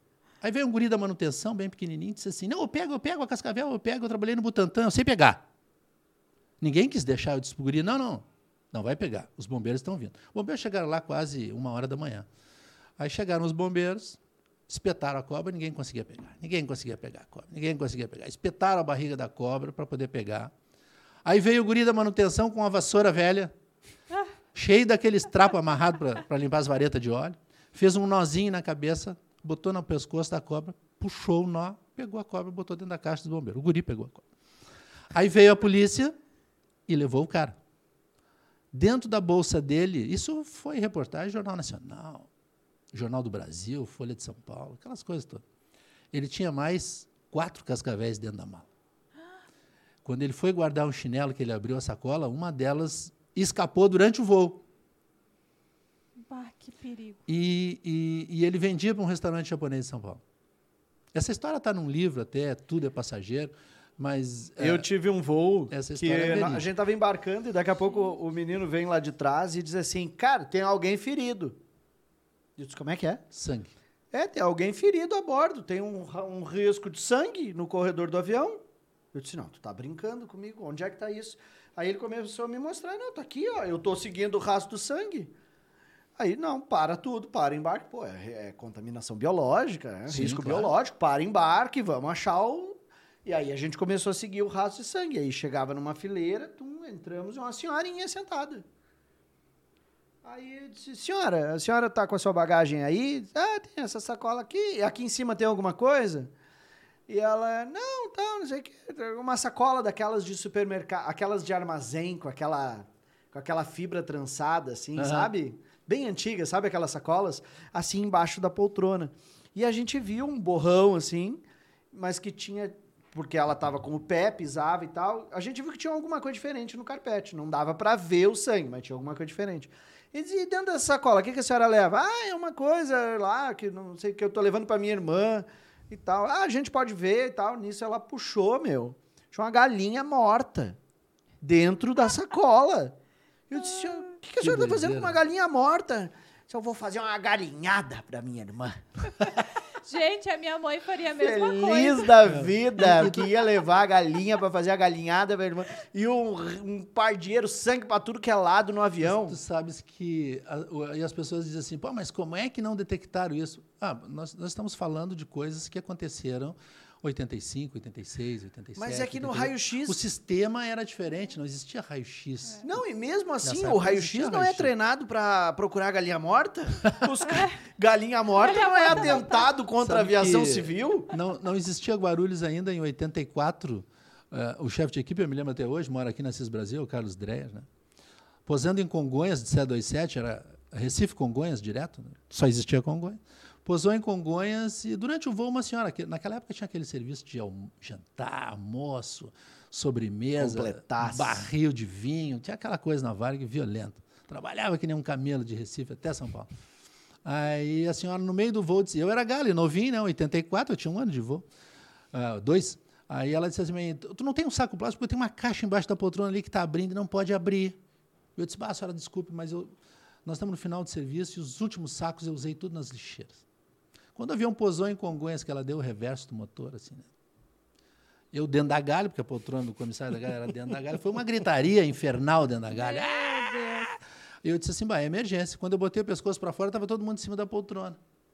Aí veio um guri da manutenção, bem pequenininho, disse assim, não, eu pego, eu pego a Cascavel, eu pego, eu trabalhei no Butantã, eu sei pegar. Ninguém quis deixar, eu disse pro guri, não, não, não vai pegar, os bombeiros estão vindo. Os bombeiros chegaram lá quase uma hora da manhã. Aí chegaram os bombeiros, espetaram a cobra, ninguém conseguia pegar. Ninguém conseguia pegar a cobra, ninguém conseguia pegar. Espetaram a barriga da cobra para poder pegar. Aí veio o guri da manutenção com uma vassoura velha, ah. cheio daqueles trapos amarrados para limpar as varetas de óleo, fez um nozinho na cabeça, botou no pescoço da cobra, puxou o nó, pegou a cobra, botou dentro da caixa dos bombeiros. O guri pegou a cobra. Aí veio a polícia e levou o cara. Dentro da bolsa dele, isso foi reportagem Jornal Nacional, Jornal do Brasil, Folha de São Paulo, aquelas coisas todas. Ele tinha mais quatro cascavéis dentro da mala. Quando ele foi guardar um chinelo, que ele abriu a sacola, uma delas escapou durante o voo. Bah, que perigo. E, e, e ele vendia para um restaurante japonês de São Paulo. Essa história está num livro até, Tudo é Passageiro, mas... Eu é, tive um voo essa que história é a gente estava embarcando e daqui a pouco o menino vem lá de trás e diz assim, cara, tem alguém ferido. Eu disse, como é que é? Sangue. É, tem alguém ferido a bordo, tem um, um risco de sangue no corredor do avião. Eu disse, não, tu tá brincando comigo, onde é que tá isso? Aí ele começou a me mostrar, não, tá aqui, ó, eu tô seguindo o rastro do sangue. Aí, não, para tudo, para embarque. Pô, é, é contaminação biológica, né? Sim, risco claro. biológico, para embarque, vamos achar o... E aí a gente começou a seguir o rastro de sangue. Aí chegava numa fileira, tum, entramos e uma senhorinha sentada. Aí eu disse, senhora, a senhora tá com a sua bagagem aí? Ah, tem essa sacola aqui. E aqui em cima tem alguma coisa? E ela, não, tá, não sei o quê. Uma sacola daquelas de supermercado, aquelas de armazém, com aquela, com aquela fibra trançada, assim, uhum. sabe? Bem antiga, sabe aquelas sacolas? Assim, embaixo da poltrona. E a gente viu um borrão, assim, mas que tinha... Porque ela tava com o pé, pisava e tal. A gente viu que tinha alguma coisa diferente no carpete. Não dava pra ver o sangue, mas tinha alguma coisa diferente. E dizia, e dentro dessa sacola, o que, que a senhora leva? Ah, é uma coisa lá, que não sei, que eu tô levando pra minha irmã e tal. Ah, a gente pode ver e tal. Nisso ela puxou, meu. Tinha uma galinha morta dentro da sacola. Eu disse, o que, que a senhora tá fazendo com uma galinha morta? Eu vou fazer uma galinhada pra minha irmã. Gente, a minha mãe faria a mesma Feliz coisa. Feliz da vida, que ia levar a galinha pra fazer a galinhada, minha irmã. E um, um pardieiro, sangue pra tudo que é lado no avião. Tu sabes que... A, e as pessoas dizem assim, pô, mas como é que não detectaram isso? Ah, nós, nós estamos falando de coisas que aconteceram oitenta e cinco, oitenta e seis, oitenta e sete... Mas é que no oitenta e oito. raio-x... O sistema era diferente, não existia raio-x. É. Não, e mesmo assim, Nessa o raio-x não raio-x. é treinado pra procurar galinha morta? Os é. Galinha morta galinha não é atentado contra Sabe a aviação civil? Não, não existia Guarulhos ainda em oitenta e quatro. Uh, o chefe de equipe, eu me lembro até hoje, mora aqui na Cis Brasil, o Carlos Dreyer, né? Posando em Congonhas, de sete dois sete, era Recife, Congonhas, direto, né? Só existia Congonhas. Posou em Congonhas e durante o voo uma senhora, que naquela época tinha aquele serviço de almo jantar, almoço, sobremesa, Completaço. Barril de vinho, tinha aquela coisa na Varg violenta. Trabalhava que nem um camelo de Recife até São Paulo. Aí a senhora no meio do voo disse, eu era galho, novinho, né, oitenta e quatro, eu tinha um ano de voo, uh, dois. Aí ela disse assim, tu não tem um saco plástico, porque tem uma caixa embaixo da poltrona ali que está abrindo e não pode abrir. Eu disse, bah, senhora, desculpe, mas eu, nós estamos no final do serviço e os últimos sacos eu usei tudo nas lixeiras. Quando o avião pousou em Congonhas, que ela deu o reverso do motor, assim, né? Eu dentro da galha, porque a poltrona do comissário da galha era dentro da galha, foi uma gritaria infernal dentro da galha. Ah! Eu disse assim, bah, é emergência. Quando eu botei o pescoço para fora, estava todo mundo em cima da poltrona.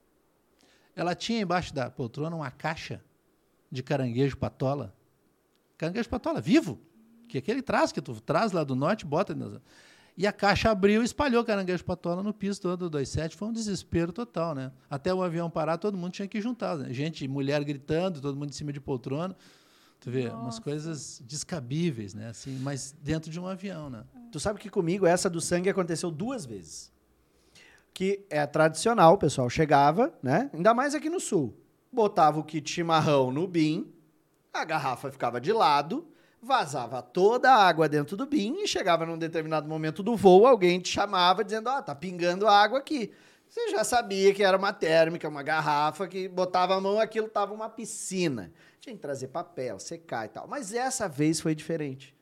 Ela tinha embaixo da poltrona uma caixa de caranguejo patola. Caranguejo patola, vivo. Que é aquele traz que tu traz lá do norte, bota... E a caixa abriu e espalhou caranguejo patola no piso todo do dois sete. Foi um desespero total, né? Até o avião parar, todo mundo tinha que juntar. Né? Gente, mulher gritando, todo mundo em cima de poltrona. Tu vê, Nossa. Umas coisas descabíveis, né? Assim, mas dentro de um avião, né? Tu sabe que comigo essa do sangue aconteceu duas vezes. Que é tradicional, o pessoal chegava, né? Ainda mais aqui no sul. Botava o kit chimarrão no bin, a garrafa ficava de lado, vazava toda a água dentro do bin e chegava num determinado momento do voo, alguém te chamava dizendo, ó, oh, tá pingando água aqui. Você já sabia que era uma térmica, uma garrafa, que botava a mão, aquilo tava uma piscina. Tinha que trazer papel, secar e tal. Mas essa vez foi diferente.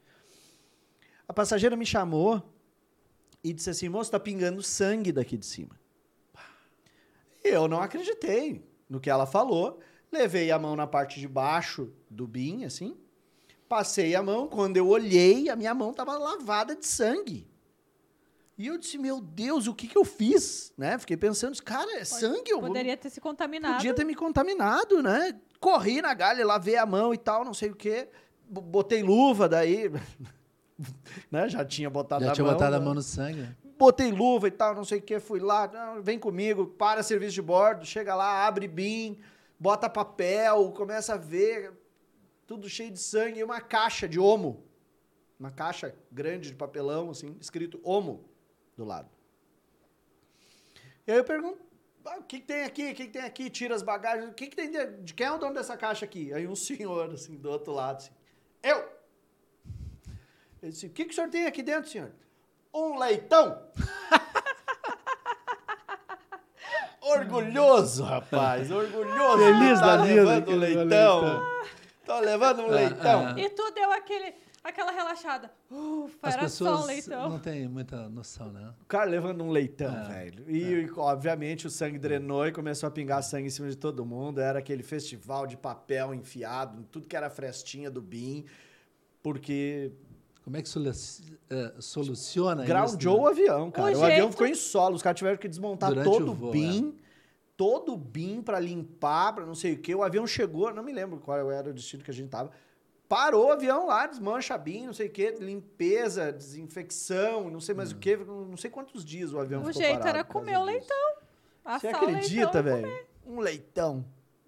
A passageira me chamou e disse assim, moço, tá pingando sangue daqui de cima. E eu não acreditei. no que ela falou, levei a mão na parte de baixo do bin, assim, passei a mão, quando eu olhei, a minha mão estava lavada de sangue. E eu disse, meu Deus, o que, que eu fiz? Né? Fiquei pensando, cara, é sangue? Eu Poderia ter se contaminado. Podia ter me contaminado, né? Corri na galha, lavei a mão e tal, não sei o quê. Botei luva daí, né? Já tinha botado Já a tinha mão. botado né? a mão no sangue. Né? Botei luva e tal, não sei o quê. Fui lá, não, vem comigo, para serviço de bordo, chega lá, abre bin, bota papel, começa a ver, tudo cheio de sangue e uma caixa de Omo. Uma caixa grande de papelão, assim, escrito Omo do lado. E aí eu pergunto, ah, o que, que tem aqui? O que, que tem aqui? Tira as bagagens. O que, que tem de, de quem é o dono dessa caixa aqui? Aí um senhor, assim, do outro lado, assim, eu! Ele disse, o que, que o senhor tem aqui dentro, senhor? Um leitão! Orgulhoso, rapaz, orgulhoso. Feliz tá da vida, levando que um levou leitão. leitão. Tô levando um Ah, leitão. ah. E tu deu aquele, aquela relaxada. Ufa, As era só pessoas um leitão. não têm muita noção, né? O cara levando um leitão, É, velho. E, obviamente, o sangue drenou e começou a pingar sangue em cima de todo mundo. Era aquele festival de papel enfiado, em tudo que era frestinha do bin, porque Como é que solu eh, soluciona groundou isso? o avião, cara. O O, avião jeito- ficou em solo. Os caras tiveram que desmontar Durante todo o voo, o bin, todo o bin pra limpar, pra não sei o quê. O avião chegou, não me lembro qual era o destino que a gente tava. Parou o avião lá, desmancha a bin, não sei o quê, limpeza, desinfecção, não sei mais o quê. Não sei quantos dias o avião O ficou jeito parado era por causa comer o disso. leitão. Você Assar o acredita, leitão e velho? Um leitão.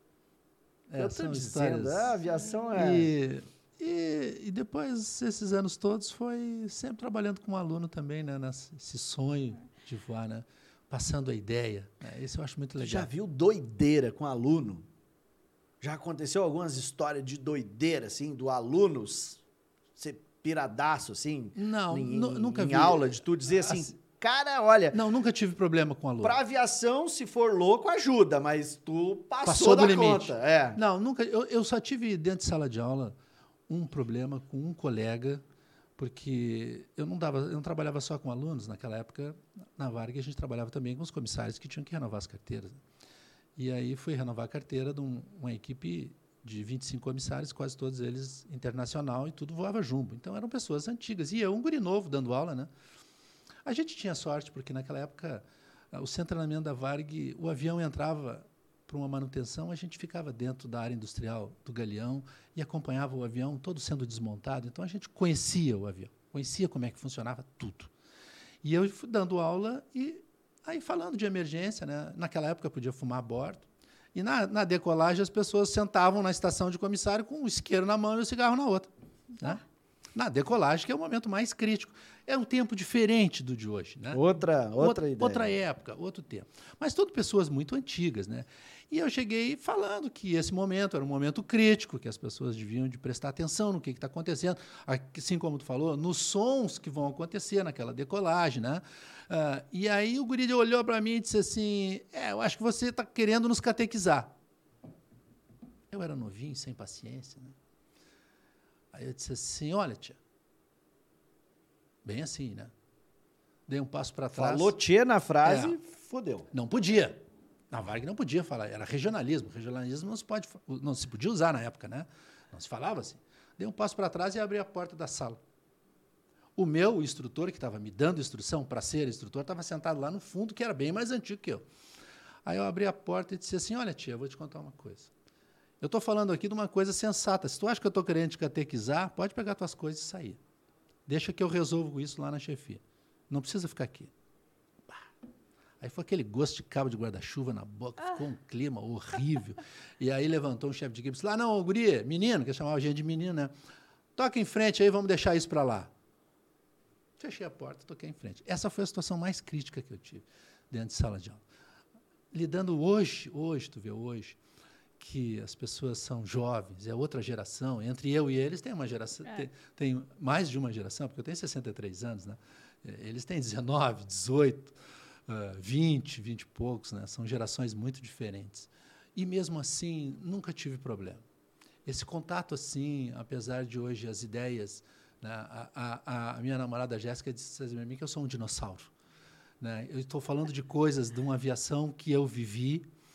É, Eu tô são dizendo, histórias. a aviação é... E, e, e depois, esses anos todos, foi sempre trabalhando com um aluno também, né? Nesse sonho de voar, né? Passando a ideia. Né? Isso eu acho muito Tu legal. já viu doideira com aluno? Já aconteceu algumas histórias de doideira, assim, do aluno ser piradaço, assim? Não, em, nu- nunca em vi. aula, de tu dizer assim, Assim- cara, olha, Não, nunca tive problema com aluno. pra aviação, se for louco, ajuda, mas tu passou, Passou da do limite. conta. É. Não, nunca. Eu, eu só tive dentro de sala de aula um problema com um colega, porque eu não dava, eu não trabalhava só com alunos naquela época. Na Varg a gente trabalhava também com os comissários que tinham que renovar as carteiras. E aí fui renovar a carteira de um, uma equipe de vinte e cinco comissários, quase todos eles internacional, e tudo voava jumbo. Então eram pessoas antigas. E eu, um guri novo, dando aula, né? A gente tinha sorte, porque naquela época o centramento da Varg, o avião entrava para uma manutenção, a gente ficava dentro da área industrial do Galeão e acompanhava o avião todo sendo desmontado. Então a gente conhecia o avião, conhecia como é que funcionava tudo. E eu fui dando aula e aí falando de emergência, né? Naquela época podia fumar a bordo. E na, na decolagem as pessoas sentavam na estação de comissário com o isqueiro na mão e o cigarro na outra. Né? Na decolagem, que é o momento mais crítico. É um tempo diferente do de hoje. Né? Outra, outra, outra ideia. Outra época, outro tempo. Mas tudo pessoas muito antigas. Né? E eu cheguei falando que esse momento era um momento crítico, que as pessoas deviam de prestar atenção no que está acontecendo, assim como tu falou, nos sons que vão acontecer naquela decolagem. Né? Uh, e aí o guri olhou para mim e disse assim, é, eu acho que você está querendo nos catequizar. Eu era novinho, sem paciência. Né? Aí eu disse assim, olha, tia, bem assim, né? Dei um passo para trás. Falou tchê na frase, É. fodeu. Não podia. Na Varg não podia falar, era regionalismo. Regionalismo não se, pode, não se podia usar na época, né? Não se falava assim. Dei um passo para trás e abri a porta da sala. O meu instrutor, que estava me dando instrução para ser instrutor, estava sentado lá no fundo, que era bem mais antigo que eu. Aí eu abri a porta e disse assim, olha, tia, eu vou te contar uma coisa. Eu estou falando aqui de uma coisa sensata. Se tu acha que eu estou querendo te catequizar, pode pegar tuas coisas e sair. Deixa que eu resolvo isso lá na chefia. Não precisa ficar aqui. Aí foi aquele gosto de cabo de guarda-chuva na boca, ah. ficou um clima horrível. E aí levantou um chefe de equipe e disse, lá, não, guri, menino, que chamava a gente de menino, né? Toca em frente aí, vamos deixar isso para lá. Fechei a porta, toquei em frente. Essa foi a situação mais crítica que eu tive dentro de sala de aula. Lidando hoje, hoje, tu vê hoje, que as pessoas são jovens, é outra geração, entre eu e eles tem uma geração, é. tem, tem mais de uma geração, porque eu tenho sessenta e três anos, né? Eles têm dezenove, dezoito, uh, vinte, vinte e poucos, né? São gerações muito diferentes. E mesmo assim, nunca tive problema. Esse contato assim, apesar de hoje as ideias, né? a, a, a minha namorada Jéssica disse para mim que eu sou um dinossauro. Né? Eu estou falando de coisas de uma aviação que eu vivi,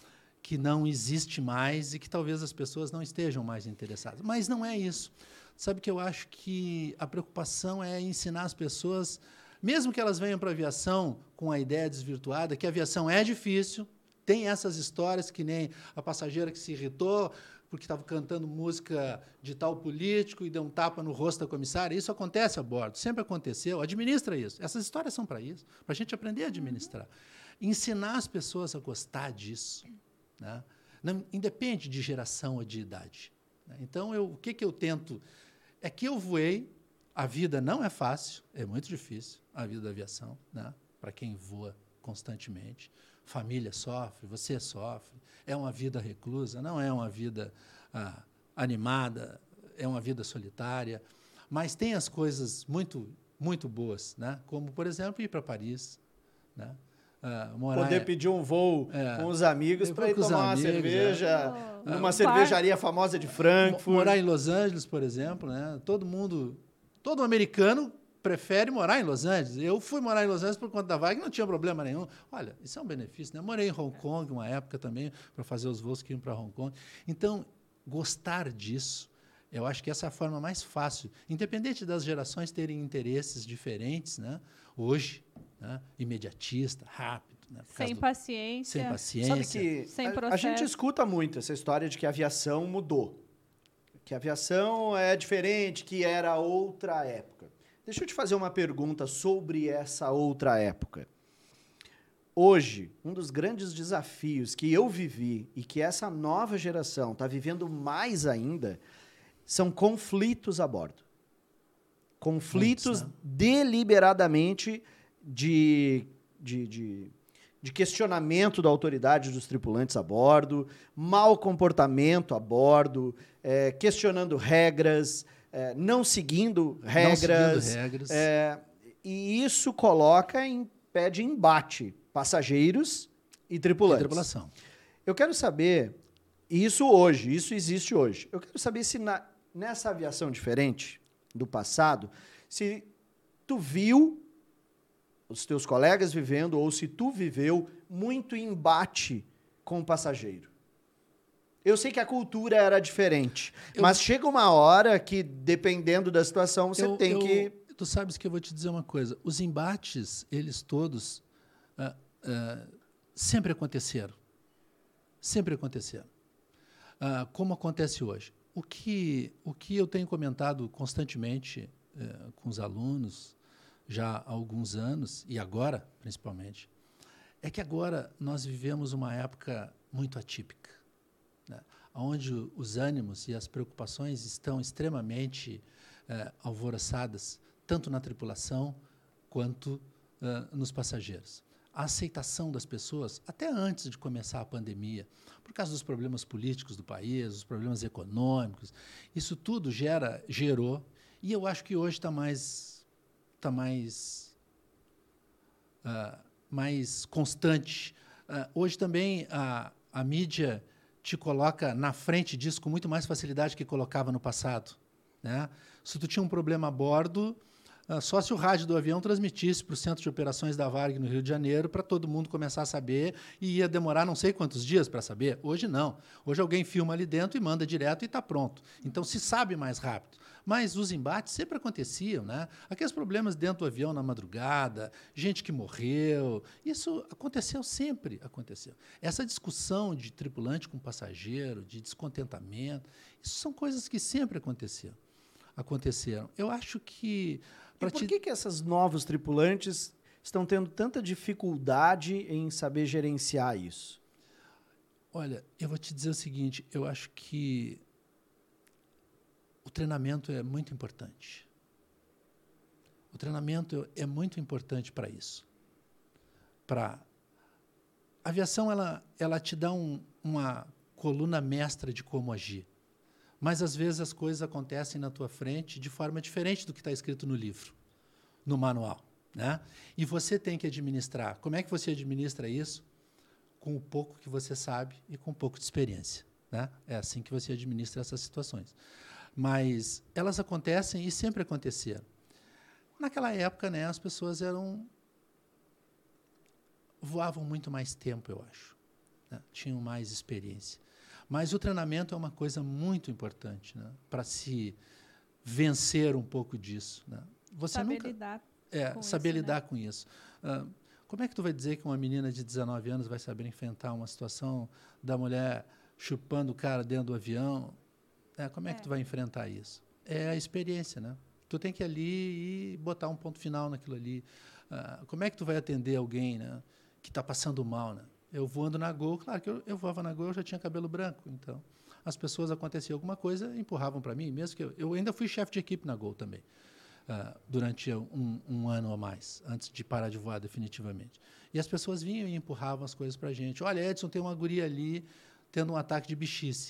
que não existe mais e que talvez as pessoas não estejam mais interessadas. Mas não é isso. Sabe que eu acho que a preocupação é ensinar as pessoas, mesmo que elas venham para a aviação com a ideia desvirtuada, que a aviação é difícil, tem essas histórias que nem a passageira que se irritou porque estava cantando música de tal político e deu um tapa no rosto da comissária. Isso acontece a bordo, sempre aconteceu. Administra isso. Essas histórias são para isso, para a gente aprender a administrar. Ensinar as pessoas a gostar disso, né? Não, independe de geração ou de idade. Né? Então, eu, o que, que eu tento? É que eu voei, a vida não é fácil, é muito difícil, a vida da aviação, né? Para quem voa constantemente. Família sofre, você sofre, é uma vida reclusa, não é uma vida ah, animada, é uma vida solitária, mas tem as coisas muito, muito boas, né? Como, por exemplo, ir para Paris, né? Ah, morar Poder em, pedir um voo é, com os amigos para ir com os tomar amigos, uma cerveja é. numa Ah, cervejaria famosa de Frankfurt. morar em Los Angeles, por exemplo, né? Todo mundo, todo americano prefere morar em Los Angeles. Eu fui morar em Los Angeles por conta da vaga e não tinha problema nenhum. Olha, isso é um benefício, né? Eu morei em Hong Kong uma época também para fazer os voos que iam para Hong Kong. Então, gostar disso, eu acho que essa é a forma mais fácil, independente das gerações terem interesses diferentes, né? Hoje, né? Imediatista, rápido, né? Sem do, paciência. sem paciência. Sabe que Sem a, a gente escuta muito essa história de que a aviação mudou, que a aviação é diferente, que era outra época. Deixa eu te fazer uma pergunta sobre essa outra época. Hoje, um dos grandes desafios que eu vivi e que essa nova geração está vivendo mais ainda são conflitos a bordo. Conflitos Muitos, né? deliberadamente de, de, de, de questionamento da autoridade dos tripulantes a bordo, mau comportamento a bordo, é, questionando regras, é, não seguindo regras. Não seguindo regras. É, e isso coloca em pé de embate passageiros e tripulantes. E tripulação. Eu quero saber, isso hoje, isso existe hoje. Eu quero saber se na, nessa aviação diferente do passado, se tu viu os teus colegas vivendo ou se tu viveu muito embate com o passageiro. Eu sei que a cultura era diferente, eu, mas chega uma hora que, dependendo da situação, você eu, tem eu, que... Tu sabes que eu vou te dizer uma coisa. Os embates, eles todos, uh, uh, sempre aconteceram. Sempre aconteceram. Uh, como acontece hoje. O que, o que eu tenho comentado constantemente uh, com os alunos, já há alguns anos, e agora, principalmente, é que agora nós vivemos uma época muito atípica, né, onde os ânimos e as preocupações estão extremamente uh, alvoroçadas, tanto na tripulação quanto uh, nos passageiros. A aceitação das pessoas, até antes de começar a pandemia, por causa dos problemas políticos do país, os problemas econômicos, isso tudo gera, gerou, e eu acho que hoje está mais, tá mais, uh, mais constante. Uh, hoje também a, a mídia te coloca na frente disso com muito mais facilidade que colocava no passado, né? Se tu tinha um problema a bordo, Uh, só se o rádio do avião transmitisse para o Centro de Operações da Varg no Rio de Janeiro para todo mundo começar a saber e ia demorar não sei quantos dias para saber. Hoje não. Hoje alguém filma ali dentro e manda direto e está pronto. Então se sabe mais rápido. Mas os embates sempre aconteciam, né? Aqueles problemas dentro do avião na madrugada, gente que morreu, isso aconteceu sempre, aconteceu. Essa discussão de tripulante com passageiro, de descontentamento, isso são coisas que sempre aconteceram. aconteceram. Eu acho que... E por te... que, que esses novos tripulantes estão tendo tanta dificuldade em saber gerenciar isso? Olha, eu vou te dizer o seguinte, eu acho que o treinamento é muito importante. O treinamento é muito importante para isso. Para a aviação, ela, ela te dá um, uma coluna mestra de como agir. Mas, às vezes, as coisas acontecem na tua frente de forma diferente do que está escrito no livro, no manual, né? E você tem que administrar. Como é que você administra isso? Com o pouco que você sabe e com um pouco de experiência, né? É assim que você administra essas situações. Mas elas acontecem e sempre aconteceram. Naquela época, né, as pessoas eram... voavam muito mais tempo, eu acho. né? Tinham mais experiência. Mas o treinamento é uma coisa muito importante, né? Para se vencer um pouco disso, né? Você saber nunca lidar é, com saber isso, lidar né? com isso. Uh, como é que tu vai dizer que uma menina de dezenove anos vai saber enfrentar uma situação da mulher chupando o cara dentro do avião? É, como é, é que tu vai enfrentar isso? É a experiência, né? Tu tem que ir ali e botar um ponto final naquilo ali. Uh, como é que tu vai atender alguém, né, que está passando mal, né? Eu voando na Gol, claro que eu, eu voava na Gol, eu já tinha cabelo branco, então as pessoas, acontecia alguma coisa, empurravam para mim, mesmo que eu, eu ainda fui chefe de equipe na Gol também, uh, durante um, um ano ou mais, antes de parar de voar definitivamente. E as pessoas vinham e empurravam as coisas para a gente. Olha, Edson, tem uma guria ali tendo um ataque de bichice.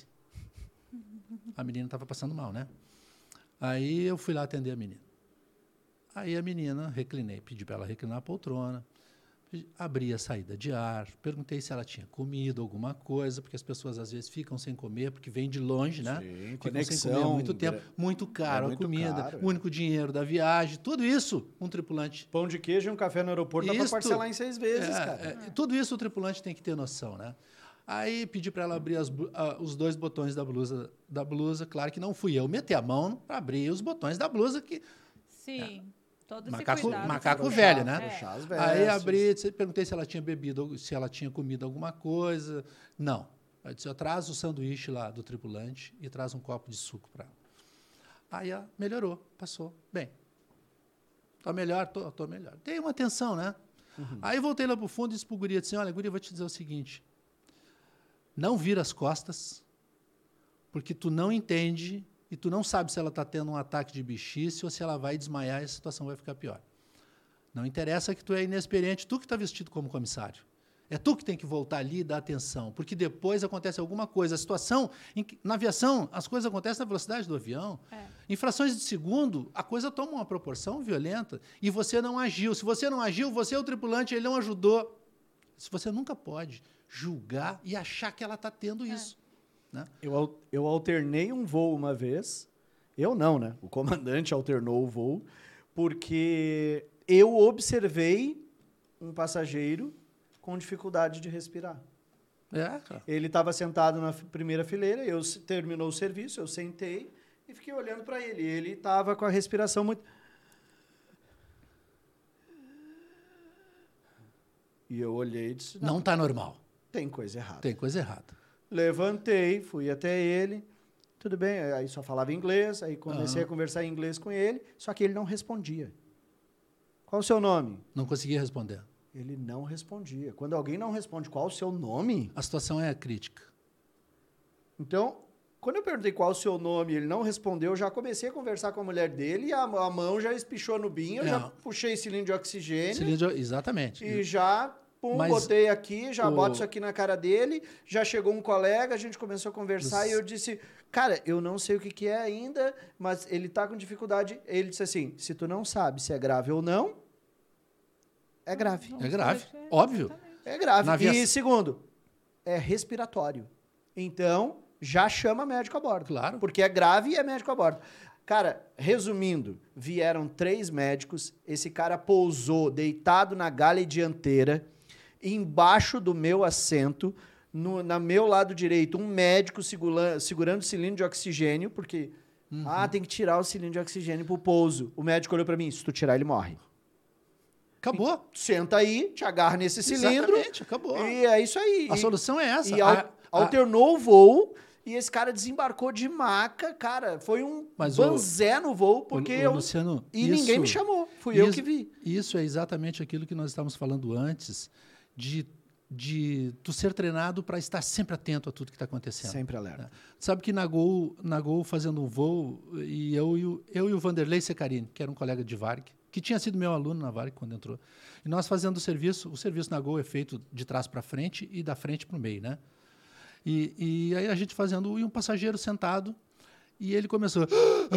A menina estava passando mal, né? Aí eu fui lá atender a menina. Aí a menina, reclinei, pedi para ela reclinar a poltrona, abri a saída de ar, perguntei se ela tinha comido alguma coisa, porque as pessoas às vezes ficam sem comer, porque vêm de longe, né? Sim, ficam conexão, sem comer há muito tempo, muito caro é muito a comida, caro, o único dinheiro da viagem, tudo isso um tripulante. Pão de queijo e um café no aeroporto dá para parcelar em seis vezes, é, cara. É, tudo isso o tripulante tem que ter noção, né? Aí pedi para ela abrir as, uh, os dois botões da blusa, da blusa. Claro que não fui eu meter a mão para abrir os botões da blusa, que Sim, é, todo macaco, esse cuidado. macaco velho, né? É. Aí abri, perguntei se ela tinha bebido, se ela tinha comido alguma coisa. Não. Eu disse, eu traz o sanduíche lá do tripulante e traz um copo de suco para ela. Aí ela melhorou, passou. Bem, tô melhor, tô, tô melhor. Dei uma atenção, né? Uhum. Aí voltei lá pro fundo e disse pro guri, assim, olha, guri, eu vou te dizer o seguinte, não vira as costas, porque tu não entende e tu não sabe se ela está tendo um ataque de bichice ou se ela vai desmaiar e a situação vai ficar pior. Não interessa que tu é inexperiente, tu que está vestido como comissário. É tu que tem que voltar ali e dar atenção, porque depois acontece alguma coisa. A situação, em que, na aviação, as coisas acontecem na velocidade do avião. É. Em frações de segundo, a coisa toma uma proporção violenta e você não agiu. Se você não agiu, você é o tripulante, ele não ajudou. Se você nunca pode julgar e achar que ela está tendo é. isso. Né? Eu, eu alternei um voo uma vez. Eu não, né? O comandante alternou o voo, porque eu observei um passageiro com dificuldade de respirar. É, cara. Ele estava sentado na primeira fileira, eu terminou o serviço, eu sentei e fiquei olhando para ele. Ele estava com a respiração muito... E eu olhei e disse... Não está normal. Tem coisa errada. Tem coisa errada. Levantei, fui até ele. Tudo bem, aí só falava inglês, aí comecei uhum. a conversar em inglês com ele, só que ele não respondia. Qual o seu nome? Não conseguia responder. Ele não respondia. Quando alguém não responde qual o seu nome... A situação é crítica. Então, quando eu perguntei qual o seu nome e ele não respondeu, eu já comecei a conversar com a mulher dele e a, a mão já espichou no binho, eu é. já puxei cilindro de oxigênio. Cilindro, exatamente. E já... Pum, Mas botei aqui, já o... boto isso aqui na cara dele, já chegou um colega, a gente começou a conversar Os... e eu disse, cara, eu não sei o que, que é ainda, mas ele tá com dificuldade. Ele disse assim, se tu não sabe se é grave ou não, é grave. É grave, óbvio. É grave. Via... E segundo, é respiratório. Então, já chama médico a bordo. Claro. Porque é grave e é médico a bordo. Cara, resumindo, vieram três médicos, esse cara pousou deitado na galha dianteira, embaixo do meu assento, no na meu lado direito, um médico segura, segurando o cilindro de oxigênio, porque, uhum. ah, tem que tirar o cilindro de oxigênio pro pouso. O médico olhou para mim, se tu tirar, ele morre. Acabou. E, senta aí, te agarra nesse cilindro. Exatamente, acabou. E é isso aí. A e, solução é essa. E a, al, alternou a... o voo, e esse cara desembarcou de maca, cara, foi um banzé no voo, porque o, o, eu... Luciano, e isso, ninguém me chamou, fui isso, eu que vi. Isso é exatamente aquilo que nós estávamos falando antes, de, de tu ser treinado para estar sempre atento a tudo que está acontecendo. Sempre alerta. É. Sabe que na Gol, na Gol fazendo um voo, e eu, e o, eu e o Vanderlei Secarini, que era um colega de Varg, que tinha sido meu aluno na Varg quando entrou, e nós fazendo o serviço, o serviço na Gol é feito de trás para frente e da frente para o meio, né? E, e aí a gente fazendo, e um passageiro sentado, e ele começou...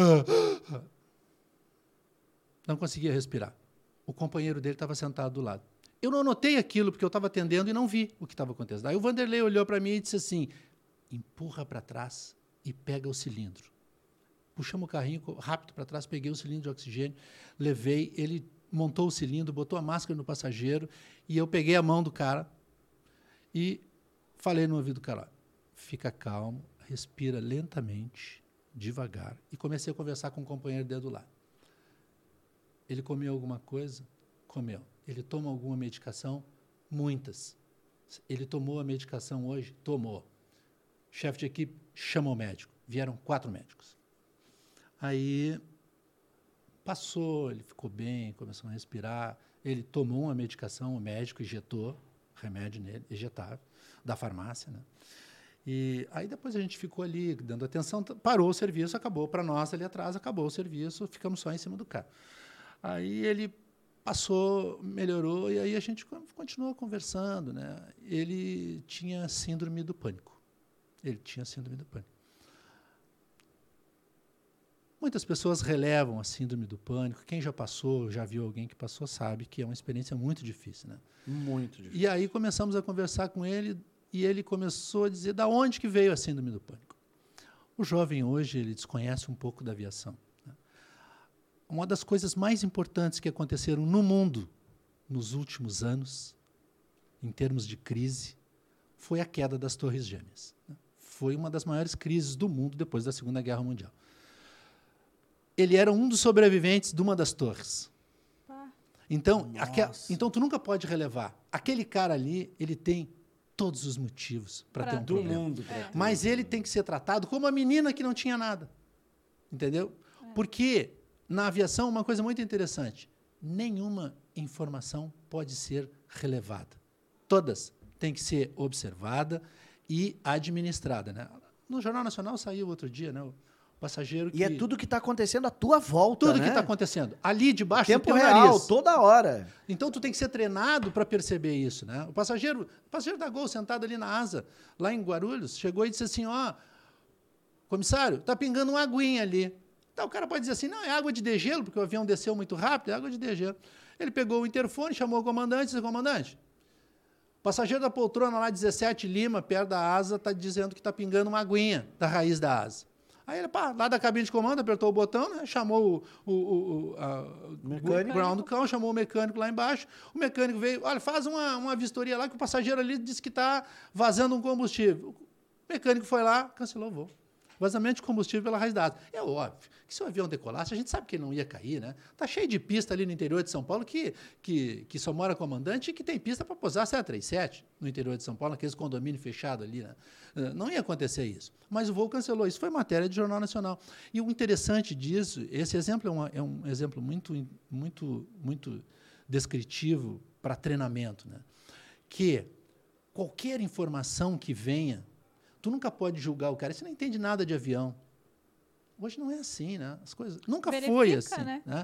Não conseguia respirar. O companheiro dele estava sentado do lado. Eu não notei aquilo, porque eu estava atendendo e não vi o que estava acontecendo. Aí o Vanderlei olhou para mim e disse assim, empurra para trás e pega o cilindro. Puxamos o carrinho rápido para trás, peguei o cilindro de oxigênio, levei, ele montou o cilindro, botou a máscara no passageiro, e eu peguei a mão do cara e... falei no ouvido do cara, fica calmo, respira lentamente, devagar. E comecei a conversar com um companheiro dele do lado. Ele comeu alguma coisa? Comeu. Ele toma alguma medicação? Muitas. Ele tomou a medicação hoje? Tomou. Chefe de equipe chamou o médico. Vieram quatro médicos. Aí passou, ele ficou bem, começou a respirar. Ele tomou uma medicação, o médico injetou remédio nele, injetável, da farmácia, né? E aí depois a gente ficou ali, dando atenção, parou o serviço, acabou para nós ali atrás, acabou o serviço, ficamos só em cima do cara. Aí ele passou, melhorou, e aí a gente continuou conversando, né? Ele tinha síndrome do pânico. Ele tinha síndrome do pânico. Muitas pessoas relevam a síndrome do pânico. Quem já passou, já viu alguém que passou, sabe que é uma experiência muito difícil, né? Muito difícil. E aí começamos a conversar com ele, e ele começou a dizer da onde que veio a síndrome do pânico. O jovem hoje, ele desconhece um pouco da aviação. Uma das coisas mais importantes que aconteceram no mundo nos últimos anos, em termos de crise, foi a queda das Torres Gêmeas. Foi uma das maiores crises do mundo depois da Segunda Guerra Mundial. Ele era um dos sobreviventes de uma das torres. Então, aqua, então tu nunca pode relevar. Aquele cara ali, ele tem todos os motivos para ter um do problema. mundo. É. Mas ele tem que ser tratado como a menina que não tinha nada. Entendeu? É. Porque na aviação, uma coisa muito interessante, nenhuma informação pode ser relevada. Todas têm que ser observada e administrada, né? No Jornal Nacional saiu outro dia, né? O passageiro que... E é tudo que está acontecendo à tua volta, Tudo né? que está acontecendo. Ali debaixo Tempo do teu real, nariz. toda hora. Então, tu tem que ser treinado para perceber isso, né? O passageiro, o passageiro da Gol, sentado ali na asa, lá em Guarulhos, chegou e disse assim, ó, comissário, está pingando uma aguinha ali. Então, o cara pode dizer assim, não, é água de degelo, porque o avião desceu muito rápido, é água de degelo. Ele pegou o interfone, chamou o comandante e disse, comandante, o passageiro da poltrona lá, dezessete Lima, perto da asa, está dizendo que está pingando uma aguinha da raiz da asa. Aí ele, pá, lá da cabine de comando, apertou o botão, né, chamou o, o, o, a, Mecânico. o ground cão, chamou o mecânico lá embaixo, o mecânico veio, olha, faz uma, uma vistoria lá que o passageiro ali disse que está vazando um combustível. O mecânico foi lá, cancelou o voo. Vazamento de combustível pela raiz da asa. É óbvio que se o avião decolasse, a gente sabe que ele não ia cair, né? Está cheio de pista ali no interior de São Paulo que, que, que só mora comandante e que tem pista para pousar sete trinta e sete no interior de São Paulo, naqueles condomínios fechados ali, né? Não ia acontecer isso. Mas o voo cancelou. Isso foi matéria de Jornal Nacional. E o interessante disso, esse exemplo é, uma, é um exemplo muito, muito, muito descritivo para treinamento, né? Que qualquer informação que venha, tu nunca pode julgar o cara, você não entende nada de avião. Hoje não é assim, né? As coisas nunca Verifica, foi assim, né? né?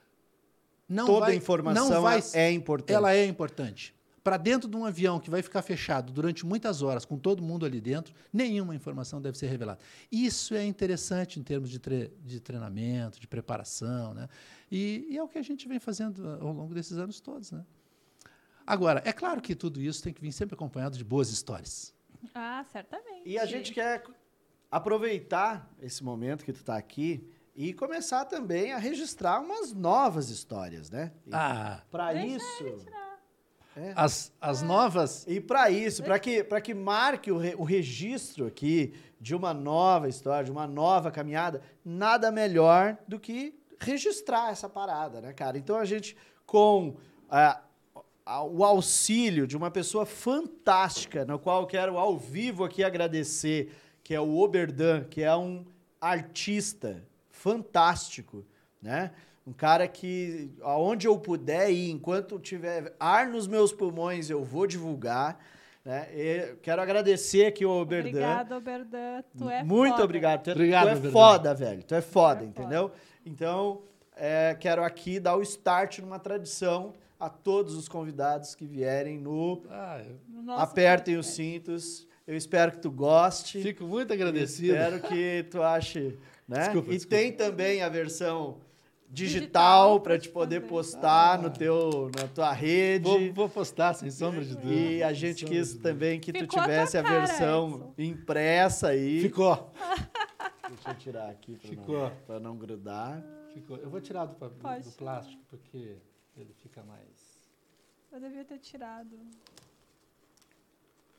Não Toda vai, informação não vai, é importante. ela é importante. Para dentro de um avião que vai ficar fechado durante muitas horas, com todo mundo ali dentro, nenhuma informação deve ser revelada. Isso é interessante em termos de, tre de treinamento, de preparação, né? E, e é o que a gente vem fazendo ao longo desses anos todos, né? Agora, é claro que tudo isso tem que vir sempre acompanhado de boas histórias. Ah, certamente. E a gente quer aproveitar esse momento que tu está aqui e começar também a registrar umas novas histórias, né? Ah, Para Deixa isso... É. as, as novas... E para isso, para que, para que marque o, re, o registro aqui de uma nova história, de uma nova caminhada, nada melhor do que registrar essa parada, né, cara? Então a gente, com a, a, o auxílio de uma pessoa fantástica, no qual eu quero ao vivo aqui agradecer, que é o Oberdan, que é um artista fantástico, né? Um cara que, aonde eu puder ir, enquanto tiver ar nos meus pulmões, eu vou divulgar. Né? E quero agradecer aqui o Oberdan. Obrigada, Oberdan. Tu é Muito foda. obrigado. Tu é, Obrigado, tu é Oberdan. foda, velho. Tu é foda, Tu é entendeu? Então, é, quero aqui dar o start numa tradição a todos os convidados que vierem no Ah, eu No nosso Apertem os podcast. Cintos. Eu espero que tu goste. fico muito agradecido. Espero que tu ache, né? Desculpa, e desculpa. tem também a versão digital Digital para pra te poder fazer. postar Ah. no teu, na tua rede. Vou, vou postar, sem sombra de dúvida. E a Sem gente sombra quis de dúvida. também que tu Ficou a tivesse a tua cara, versão Edson. impressa aí. Ficou. Deixa eu tirar aqui para Ficou. não, pra não grudar. Ficou. Eu vou tirar do, pa- Pode do tirar. plástico, porque ele fica mais... Eu devia ter tirado.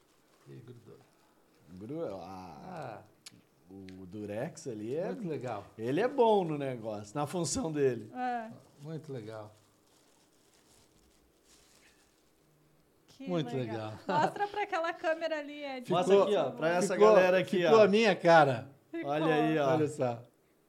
E grudou. Gru- ah, Ah, o Durex ali é... muito legal. Ele é bom no negócio, na função dele. É, Muito legal. que Muito legal. Mostra pra aquela câmera ali, Ed. Mostra Ficou- aqui, ó, pra essa Ficou- galera aqui, ficou ó. a minha cara. Ficou. Olha aí, ó. Olha só.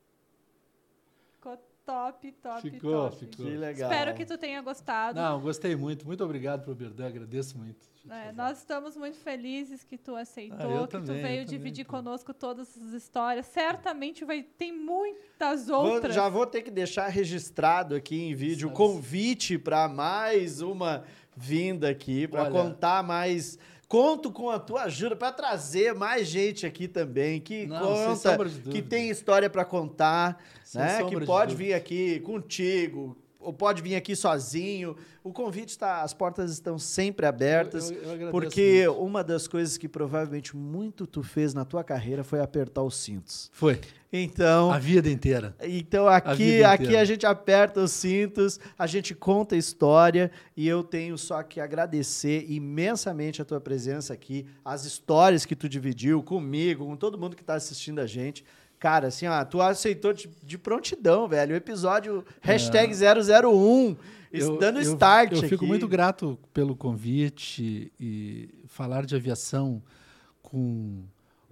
Ficou top, top, Ficou, top. ficou. Que legal. Espero que tu tenha gostado. Não, gostei muito. Muito obrigado pro Berdan, agradeço muito. É, nós estamos muito felizes que tu aceitou, Ah, eu que tu também, veio eu também, dividir pô. conosco todas as histórias. Certamente vai tem muitas Vou- outras. já vou ter que deixar registrado aqui em vídeo o Sabe- convite para mais uma vinda aqui, para Olha- contar mais. Conto com a tua ajuda para trazer mais gente aqui também que Não, sem conta, sombra de que dúvida. tem história para contar, Sem né? sombra Que de pode dúvida. vir aqui contigo, ou pode vir aqui sozinho. O convite está, as portas estão sempre abertas. Eu- eu- eu agradeço Porque muito. uma das coisas que provavelmente muito tu fez na tua carreira foi apertar os cintos. Foi. Então, A vida inteira. então A aqui, vida aqui inteira. a gente aperta os cintos, a gente conta a história e eu tenho só que agradecer imensamente a tua presença aqui, as histórias que tu dividiu comigo, com todo mundo que está assistindo a gente. Cara, assim, ó, tu aceitou de, de prontidão, velho. O episódio hashtag zero zero um, isso dando eu, start Eu fico aqui. muito grato pelo convite e falar de aviação com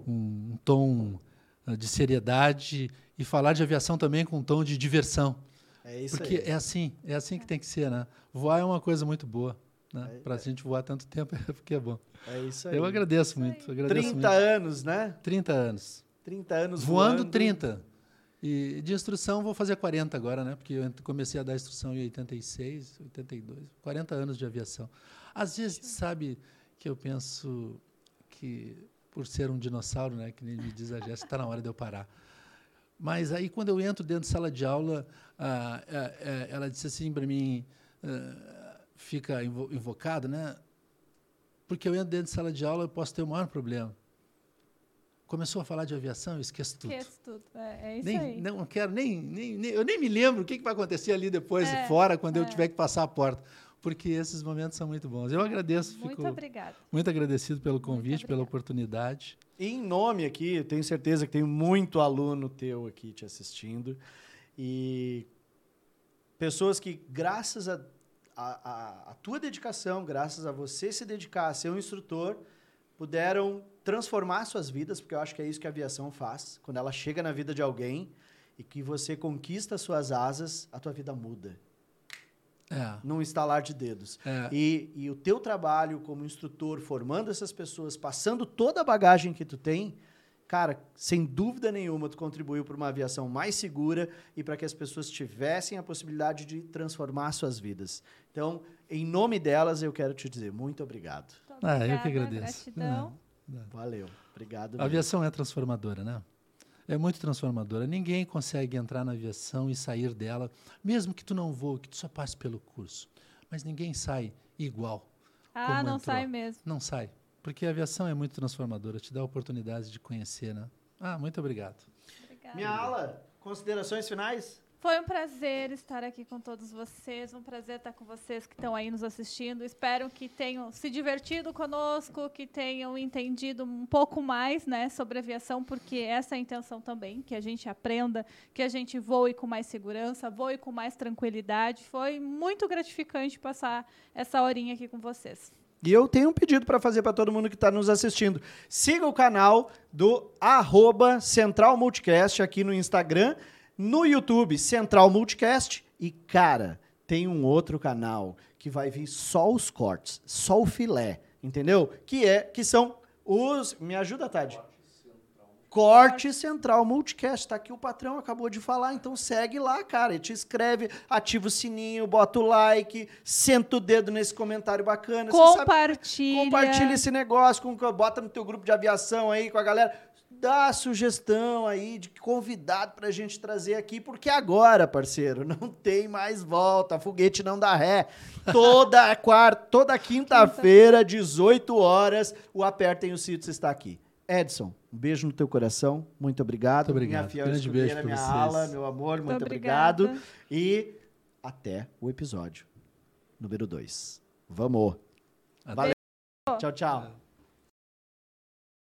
um tom uh, de seriedade e falar de aviação também com um tom de diversão. É isso Porque aí. é assim, é assim que tem que ser, né? Voar é uma coisa muito boa, né? É, Para a gente voar tanto tempo é porque é bom. É isso aí. Eu agradeço Isso muito, aí. agradeço trinta muito. anos, né? trinta anos. trinta anos Voando, voando. trinta. E de instrução vou fazer quarenta agora, né? Porque eu ent- comecei a dar instrução em oitenta e seis, oitenta e dois, quarenta anos de aviação. Às vezes, sabe, que eu penso que, por ser um dinossauro, né? Que nem me diz a Jéssica, está na hora de eu parar. Mas aí, quando eu entro dentro de sala de aula, ah, ah, ah, ela disse assim para mim, ah, fica invo- invocada, né? Porque eu entro dentro de sala de aula, eu posso ter o maior problema. Começou a falar de aviação, eu esqueço tudo. Esqueço tudo. É, é isso Nem, aí. não quero nem, nem, nem- eu nem me lembro o que, que vai acontecer ali depois, É, fora, quando eu é. tiver que passar a porta. Porque esses momentos são muito bons. Eu agradeço, Muito fico obrigada. muito agradecido pelo convite, pela obrigada. oportunidade. E em nome aqui, eu tenho certeza que tem muito aluno teu aqui te assistindo. E pessoas que, graças a, a, a, a tua dedicação, graças a você se dedicar a ser um instrutor, puderam transformar suas vidas, porque eu acho que é isso que a aviação faz. Quando ela chega na vida de alguém e que você conquista suas asas, a tua vida muda. É, Num estalar de dedos. é, E, e o teu trabalho como instrutor, formando essas pessoas, passando toda a bagagem que tu tem, cara, sem dúvida nenhuma, tu contribuiu para uma aviação mais segura e para que as pessoas tivessem a possibilidade de transformar suas vidas. Então, em nome delas, eu quero te dizer muito obrigado. Muito Ah, eu obrigada, que agradeço. Gratidão. Não, não. Valeu. Obrigado. A mesmo. aviação é transformadora, né? É muito transformadora. Ninguém consegue entrar na aviação e sair dela, mesmo que tu não voe, que tu só passe pelo curso. Mas ninguém sai igual. Ah, Como não entrou. sai mesmo. Não sai. Porque a aviação é muito transformadora, te dá a oportunidade de conhecer, né? Ah, muito obrigado. Obrigada. Minha aula, considerações finais? Foi um prazer estar aqui com todos vocês, um prazer estar com vocês que estão aí nos assistindo. Espero que tenham se divertido conosco, que tenham entendido um pouco mais, né, sobre aviação, porque essa é a intenção também, que a gente aprenda, que a gente voe com mais segurança, voe com mais tranquilidade. Foi muito gratificante passar essa horinha aqui com vocês. E eu tenho um pedido para fazer para todo mundo que está nos assistindo. Siga o canal do arroba Central Multicast aqui no Instagram, no YouTube, Central Multicast. E, cara, tem um outro canal que vai vir só os cortes, só o filé, entendeu? Que, é, que são os... Me ajuda, Tade. Corte Central Multicast. Tá aqui o patrão, acabou de falar, então segue lá, cara. E te inscreve, ativa o sininho, bota o like, senta o dedo nesse comentário bacana. Você sabe- Compartilha. Compartilha esse negócio, com, bota no teu grupo de aviação aí com a galera. Dá sugestão aí de convidado pra gente trazer aqui, porque agora, parceiro, não tem mais volta, foguete não dá ré. Toda quarta, toda quinta-feira, dezoito horas, o Apertem os Cintos está aqui. Edson, um beijo no teu coração, muito obrigado. Muito obrigado. Minha fiel Grande escudeira, beijo pra minha vocês. ala, meu amor, muito, Muito obrigado. obrigada. E até o episódio número dois. Vamos. Até. Valeu. Tchau, tchau.